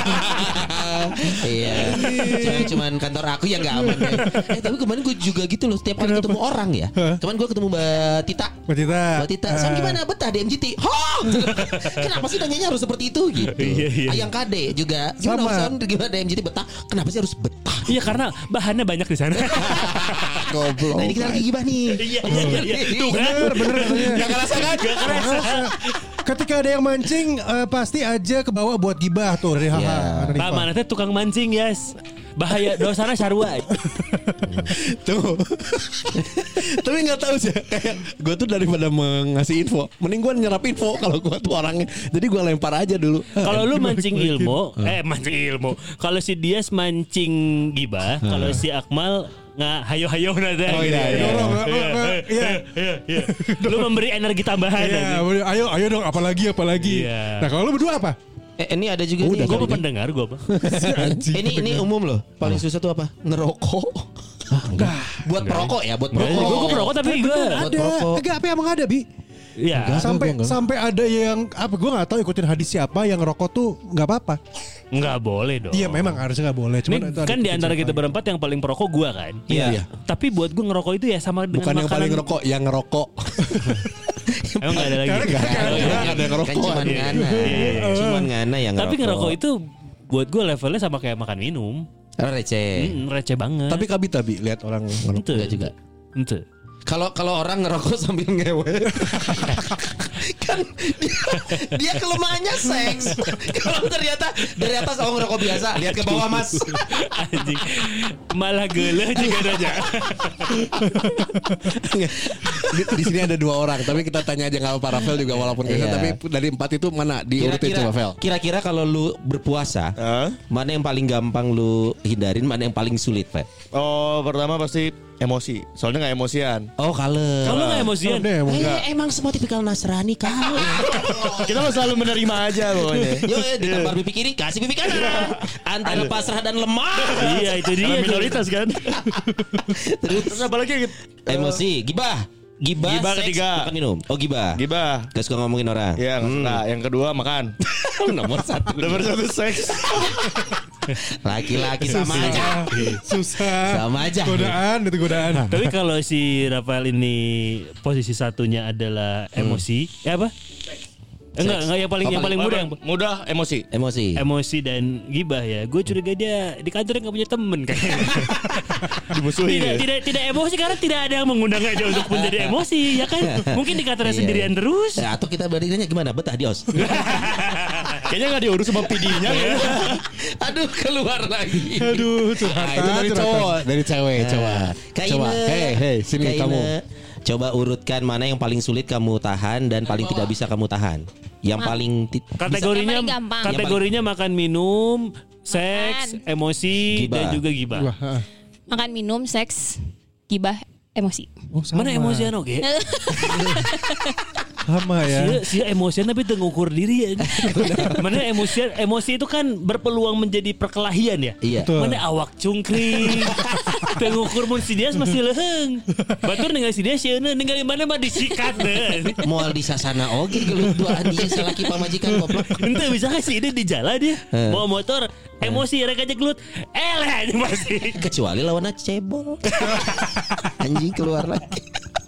Iya. Cuman, cuman kantor aku yang gak aman. Kayak. Eh tapi kemarin gue juga gitu loh. Setiap kali ketemu orang ya. Kemarin gue ketemu Mbak Tita. Mbak Tita. Mbak Tita. Sam gimana betah di M G T? Hah? Kenapa sih nanyanya harus seperti itu gitu? Iya, iya. Ayang Kade juga. Gimana Sama. Sam gimana di M G T betah? Kenapa sih harus betah? Iya karena bahannya banyak di sana. Goblok. Nah ini kita lagi gibah nih. Iya iya iya. Tuh kan. Bener bener katanya. Gak kerasa kan? Gak kerasa. Ketika ada yang mancing eh, pasti aja ke bawah buat gibah tuh dari Haha Iya. Hana Pak Hanifah. mana teh tukang mancing yes. bahaya dosana sarua. Tuh. Tapi nggak tahu sih kayak gue tuh daripada mengasih info, mending gue nyerap info kalau gue tuh orangnya. Jadi gue lempar aja dulu. Kalau lu mancing ilmu, eh mancing ilmu. Kalau si Dias mancing gibah, kalau si Akmal nggak hayo-hayo nada. Oh, iya, iya. Dorong, Iya, iya, iya, iya. Lu memberi energi tambahan. Iya, aja. ayo ayo dong apalagi apalagi. Iya. Nah, kalau lu berdua apa? Eh, ini ada juga Gue nih. apa pendengar gue apa? Eh, ini ini umum loh. Paling susah tuh apa? Ngerokok. Enggak. Buat perokok ya, buat Gue perokok. gue perokok tapi gue. Buat Ada. perokok. Enggak apa emang ada, Bi? Iya. Sampai sampai ada yang apa gue nggak tahu ikutin hadis siapa yang rokok tuh nggak apa-apa. Nggak boleh dong. Iya memang harusnya nggak boleh. Cuman Ini itu ada kan di antara ikutin kita siapa. berempat yang paling perokok gue kan. Iya. Tapi buat gue ngerokok itu ya sama dengan Bukan yang makanan. paling ngerokok, yang ngerokok. Emang nggak ada lagi. Karena- Nggak ada. Nggak ada yang ngerokok. Kan cuman Iya. ngana. Iya. Cuman ngana yang Tapi ngerokok itu buat gue levelnya sama kayak makan minum. Oh, receh. Mm, receh banget. Tapi kabi-tabi lihat orang ngerokok. Ente Enggak juga. Ente. Kalau kalau orang ngerokok sambil ngewe, kan dia, dia kelemahannya seks. Kalau ternyata dari atas oh ngerokok biasa, lihat ke bawah mas. Anjing. Malah geuleuh juga aja. di, di sini ada dua orang, tapi kita tanya aja nggak apa Rafael juga walaupun Iya. kita, tapi dari empat itu mana diurutin Kira-kira, coba Vel? kira-kira kalau lu berpuasa, Hah? mana yang paling gampang lu hindarin, mana yang paling sulit, Fel? Oh, pertama pasti emosi. Soalnya nggak emosian. Oh kalem. Kalau nggak emosian. Udah, emang. Eh, emang semua tipikal Nasrani kalem. Kita mah selalu menerima aja pokoknya. Yo, eh, ditampar pipi kiri, kasih pipi kanan. Antara pasrah dan lemah. Iya itu dia. Karena minoritas kan. Terus Terus apalagi emosi, gibah. Gibah, Gibah seks, ketiga. bukan minum. Oh gibah. gibah. Gak suka ngomongin orang. Ya, nah, yang kedua makan. Nomor satu. Nomor satu seks. Laki-laki sama aja. Susah. Sama aja. Godaan itu godaan. Tapi kalau si Rafael ini posisi satunya adalah emosi, eh apa? Enggak, enggak yang paling yang paling mudah yang Mudah emosi. Emosi. emosi dan gibah ya. Gue curiga dia di kantor nggak punya temen kayaknya. Dimusuhin tidak, ya. tidak tidak emosi karena tidak ada yang mengundang aja untuk menjadi emosi ya kan. Mungkin di kantornya Iya. sendirian terus. Ya, atau kita bandingannya gimana? Betah di os. Kayaknya nggak diurus sama P D-nya. Aduh keluar lagi. Aduh, Ah, curhatan. itu dari curhatan. cowok, dari cewek, coba. Kak Coba. Ine. Hei, hei, sini Kak kamu. Ine. Coba urutkan mana yang paling sulit kamu tahan dan paling tidak bisa kamu tahan. Yang Ma- paling ti- Kategorinya Yang paling gampang. kategorinya makan minum, seks, Makan. emosi Gibah. dan juga gibah. Wah, ah. Makan, minum, seks, gibah, emosi. Oh, sama. Mana emosian oke? Sama ya. Si, si emosian tapi tuh ngukur diri ya. Mana emosian emosi itu kan berpeluang menjadi perkelahian ya. Iya. Betul. Mana awak cungkring. Teu ngukur mun si Dias masih leuheung. Batur ningali si Dias yeuna ningali mana mah disikat deh. Moal di sasana oge gelut duaan dia salaki pamajikan goblok. Ente bisa kan si ini di jalan dia bawa motor emosi rek aja gelut. Eleh aja pasti. Kecuali lawannya cebol. Anjing keluar lagi.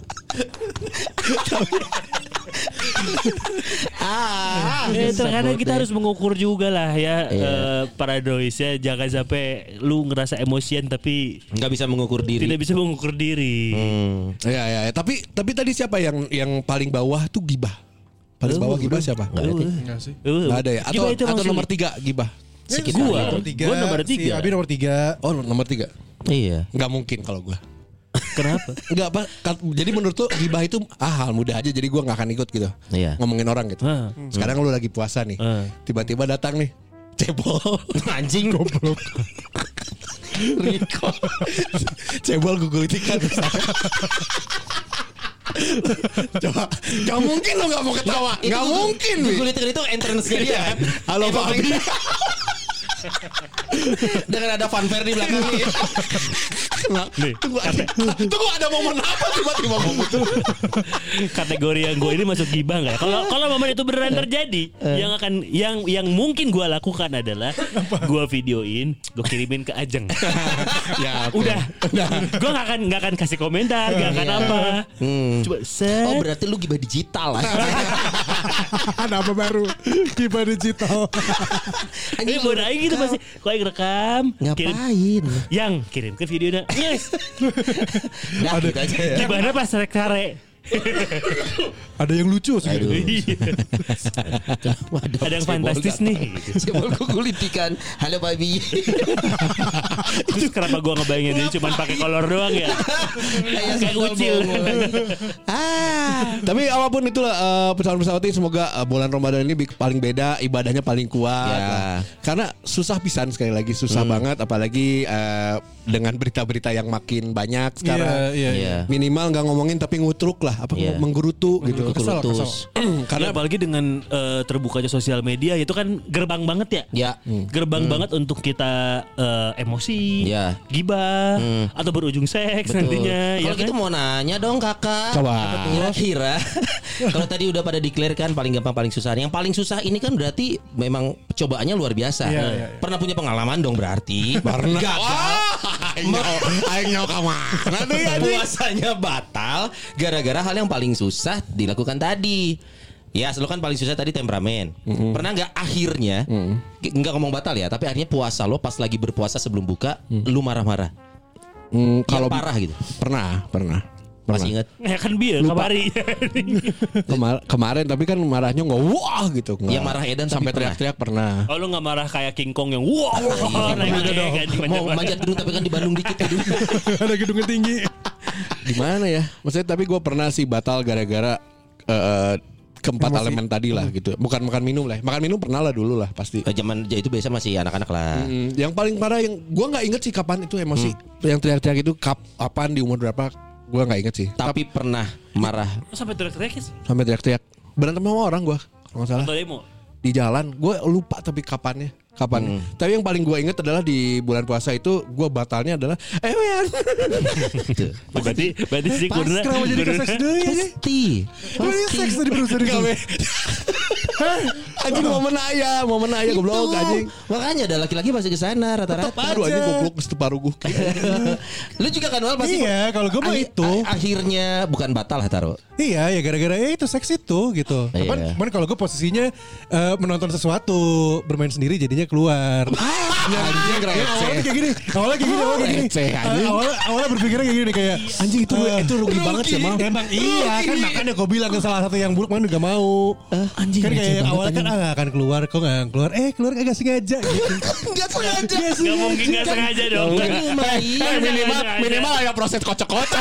ah, Eh, terkadang sebut kita deh. harus mengukur juga lah ya Iya. eh, para dois ya. Jangan sampai lu ngerasa emosian tapi nggak bisa mengukur diri. tidak bisa mengukur diri. Hmm. Ya, ya, ya. Tapi tapi tadi siapa yang yang paling bawah tuh gibah? Paling bawah gibah siapa? Nggak ada. Ting. Enggak sih. Uh, Nggak ada ya? Atau gimana itu atau emang nomor sulit? tiga gibah? Sekitar Gua. itu. Nomor tiga. Gua nomor Si tiga. Abi nomor tiga. Oh, nomor tiga. Iya. Nggak mungkin kalau gue. Kenapa? Enggak apa kat- jadi menurut tuh gibah itu ah hal mudah aja, jadi gue nggak akan ikut gitu. Iya. Ngomongin orang gitu. Ah. Sekarang lu lagi puasa nih. Ah. Tiba-tiba datang nih cebol. Anjing goblok. Riko. Cebol gugul ikan. Coba, gak mungkin lo gak mau ketawa. Itu Gak Google- mungkin, Wi. Google itu, itu entrance-nya dia kan. Halo Pak Abi. Dengan ada fanfare di belakangnya. Nih, Tunggu, ada, tunggu ada momen apa tiba-tiba ngomong itu? kategori yang gue ini masuk gibah nggak? ya? Kalau kalau momen itu beneran terjadi, yang akan yang yang mungkin gue lakukan adalah gue videoin, gue kirimin ke Ajeng. Ya, oke. Udah, gue nggak akan nggak akan kasih komentar, nggak akan apa. Coba set. Oh berarti lu gibah digital lah. Ada apa baru? Gibah digital. Ini bodoh aja gitu pasti. Kau yang rekam, kirim, Ngapain? yang kirim ke videonya. Yes. Nah, gitu aja ya. Gimana pas rek sare? Ada yang lucu sih gitu. Ada yang fantastis nih. Cebol kulit ikan. Halo babi. Terus kenapa gue ngebayangin dia cuma pakai kolor doang ya? Kayak ucil. Ah. Tapi apapun itulah uh, pesawat-pesawat ini semoga uh, bulan Ramadan ini paling beda, ibadahnya paling kuat. Ya. Nah, karena susah pisan sekali lagi, susah Hmm. banget apalagi uh, dengan berita-berita yang makin banyak sekarang. Iya, iya, Iya. Minimal nggak ngomongin tapi ngutruk lah, apa Iya. menggerutu gitu. Kesel, Terus. Karena apalagi dengan uh, terbukanya sosial media itu kan gerbang banget ya. Ya. Gerbang banget untuk kita uh, emosi, Ya. gibah, atau berujung seks Betul. nantinya. Kalau ya gitu kan? mau nanya dong kakak. Coba. Kira-kira kalau tadi udah pada declare kan paling gampang paling susah. Yang paling susah ini kan berarti memang cobaannya luar biasa. Iya, iya, iya. Pernah punya pengalaman dong berarti. Pernah. Gagal. Aing nyok kemana nih anjing? Puasanya batal gara-gara hal yang paling susah dilakukan tadi. Ya, selalu kan paling susah tadi temperamen. Mm-hmm. Pernah nggak akhirnya nggak ngomong batal ya, tapi akhirnya puasa lo pas lagi berpuasa sebelum buka, lu marah-marah. Hmm, Kalau kalau parah gitu. pernah, pernah. Masih ingat? Ya kan biar Lupa. kemari. Kemar- kemarin tapi kan marahnya nggak wah gitu. Nggak. Yang marah Edan tapi sampai pernah. teriak-teriak pernah. Oh lu gak marah kayak King Kong yang wow, wow naik naik kan di Mau macam- manjat gedung tapi kan di Bandung dikit gedung. Ada gedungnya tinggi. Gimana ya? Maksudnya tapi gue pernah sih batal gara-gara eh, keempat Emosi. elemen tadi lah gitu. Bukan makan minum lah. Makan minum pernah lah dulu lah pasti. Eh, Zaman ya itu biasa masih anak-anak lah. Hmm, yang paling parah yang gue nggak inget sih kapan itu emosi. Yang teriak-teriak itu kap apaan di umur berapa? Gue nggak inget sih. Tapi pernah marah. Oh, sampai teriak-teriak sih. Sampai teriak-teriak berantem sama orang gue kalau nggak salah Atau demo. di jalan. Gue lupa tapi kapannya. Kapan? Tapi yang paling gue inget adalah di bulan puasa itu gue batalnya adalah eh wean. Berarti berarti si Pas Kurna. kenapa jadi ke seks dulu ya? Pasti. Pasti seks tadi berusaha Gak we. Anjing momen ayah, momen ayah goblok anjing. Makanya ada laki-laki pasti ke sana rata-rata. Aduh anjing goblok mesti paruh gue. Lu juga kan Wal pasti. Iya, kalau gue mah Akhir- itu. a- Akhirnya bukan batal lah Taro. Iya ya gara-gara ya itu seks itu gitu. Iya. Cuman, cuman kalau gue posisinya eh, menonton sesuatu bermain sendiri jadinya keluar. Anjing Ya, awalnya kayak gini, awalnya kayak gini, awalnya kayak gini. Receh, anjing. Eh, awalnya, awalnya berpikirnya kayak gini kayak Anjing itu eh, itu rugi banget sih mal. Emang iya kan makanya gue bilang ke salah satu yang buruk mana juga mau. anjing, kan receh kayak banget, awalnya kan ah gak akan keluar, kok gak akan keluar. Eh keluar kagak sengaja gitu. Enggak sengaja. Gak mungkin gak sengaja dong. Eh, minimal minimal ada proses kocok-kocok.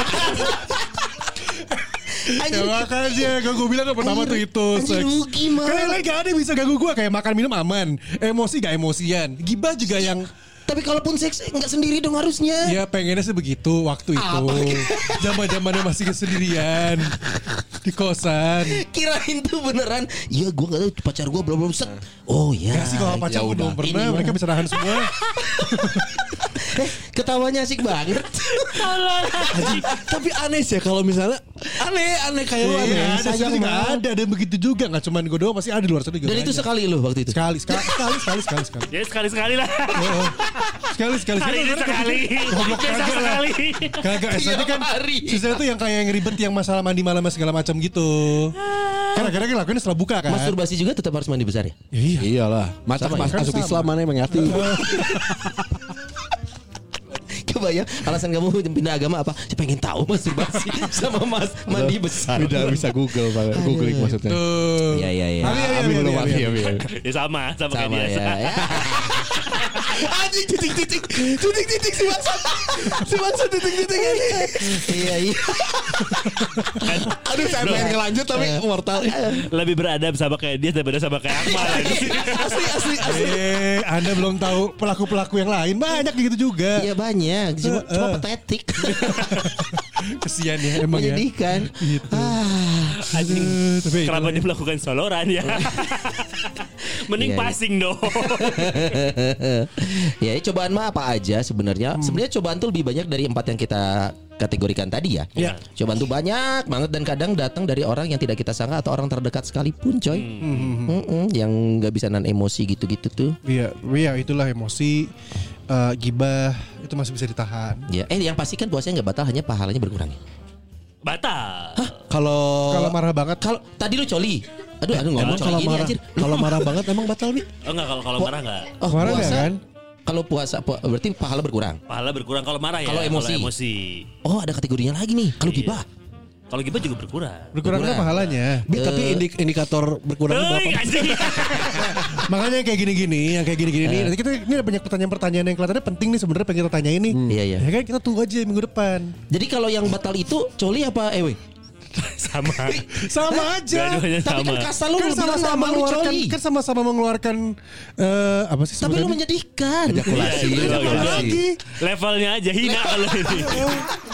Ya makanya gue gue bilang kan pertama tuh itu Anjing, seks. rugi, Mal. Karena yang lain gak ada yang bisa ganggu gue. Kayak makan minum aman, emosi gak emosian. Gibah juga yang Tapi kalaupun seks enggak sendiri dong harusnya. ya pengennya sih begitu waktu itu. Zaman-zamannya masih kesendirian di kosan. Kirain tuh beneran. Iya gua enggak tahu pacar gua belum belum set. Oh iya. Gak sih kalau pacar ya gue belum udah. pernah. Ini Mereka mah. bisa nahan semua. Eh, ketawanya asik banget. Anjing, tapi aneh sih kalau misalnya aneh aneh kayak lu aneh. Iya, ada sayang sih banget. ada ada yang begitu juga. Gak cuma gue doang, masih ada di luar sana juga. Dan itu banyak. sekali lu waktu itu. sekali sekali sekali sekali sekali sekali. Ya sekali-sekali lah. Sekali sekali Kali ini sekali. Goblok Biasa kagak lah. sekali. Kagak S nanti kan hari. sisanya tuh yang kayak yang ribet yang masalah mandi malam segala macam gitu. Karena akhirnya kita lakuin setelah buka kan. Masturbasi juga tetap harus mandi besar ya? Ya, iya. Iyalah, masa Sama, masuk kan Islam sama. mana emang hati. Kebayang alasan kamu pindah agama apa? Saya pengen tahu masturbasi sama mas mandi besar. Udah bisa Google banget, googling maksudnya. Tuh. Iya iya iya. Abi, abi, abi, belum abi, mati, abi. abi. Ya sama, sama, Sama kayak ya. dia. ya. Anjing titik-titik, titik-titik si bangsa, si bangsa titik-titik ini. Iya iya. Aduh saya pengen ngelanjut tapi mortal. Lebih beradab sama kayak dia daripada sama kayak Akmal lagi. Asli asli asli. Eh, Anda belum tahu pelaku-pelaku yang lain banyak gitu juga. Iya banyak. Cuma, Eh, cuma eh. patetik. Kesian ya emang ya. Menyedihkan. Gitu. Ah. Anjing. Eh, tapi Kenapa itulah. dia melakukan soloran ya? Mending Iya, iya. passing dong. Ya cobaan mah apa aja sebenarnya. Hmm. Sebenarnya cobaan tuh lebih banyak dari empat yang kita kategorikan tadi ya. Iya. Cobaan tuh banyak banget dan kadang datang dari orang yang tidak kita sangka atau orang terdekat sekalipun, coy. Mm-mm, yang nggak bisa nahan emosi gitu-gitu tuh. Iya, iya itulah emosi, eh, gibah itu masih bisa ditahan. Ya, eh yang pasti kan puasanya nggak batal, hanya pahalanya berkurang. ya? Batal. Kalau Kalau marah banget, Kalau tadi lu coli, aduh, aduh ngomong emang coli kalau gini marah anjir. kalau marah banget emang batal Bi? Oh enggak, kalau kalau marah enggak. Oh, marah puasa, nggak kan? Kalau puasa, pu- berarti pahala berkurang. Pahala berkurang kalau marah ya. Kalau emosi. emosi. Oh, ada kategorinya lagi nih. Kalau Iya. gibah, Kalau gibah juga berkurang. Berkurangnya pahalanya. Bi, tapi indik, indikator berkurangnya Hei, berapa? anjing. Makanya yang kayak gini-gini, yang kayak gini-gini nih. Nanti kita ini ada banyak pertanyaan-pertanyaan yang kelihatannya penting nih sebenarnya pengen kita tanya ini. Iya, iya. Ya kan kita tunggu aja minggu depan. Jadi kalau yang batal itu coli apa ewe? Sama. Sama aja. Dua-duanya Tapi sama. kan kasar lu Kan bilang sama-sama nama lu mengeluarkan, coli. kan sama-sama mengeluarkan eh, apa sih? Tapi lu sebutannya? menyedihkan. Ejakulasi, Iya, iya, iya. ejakulasi. Levelnya aja hina kalau ini.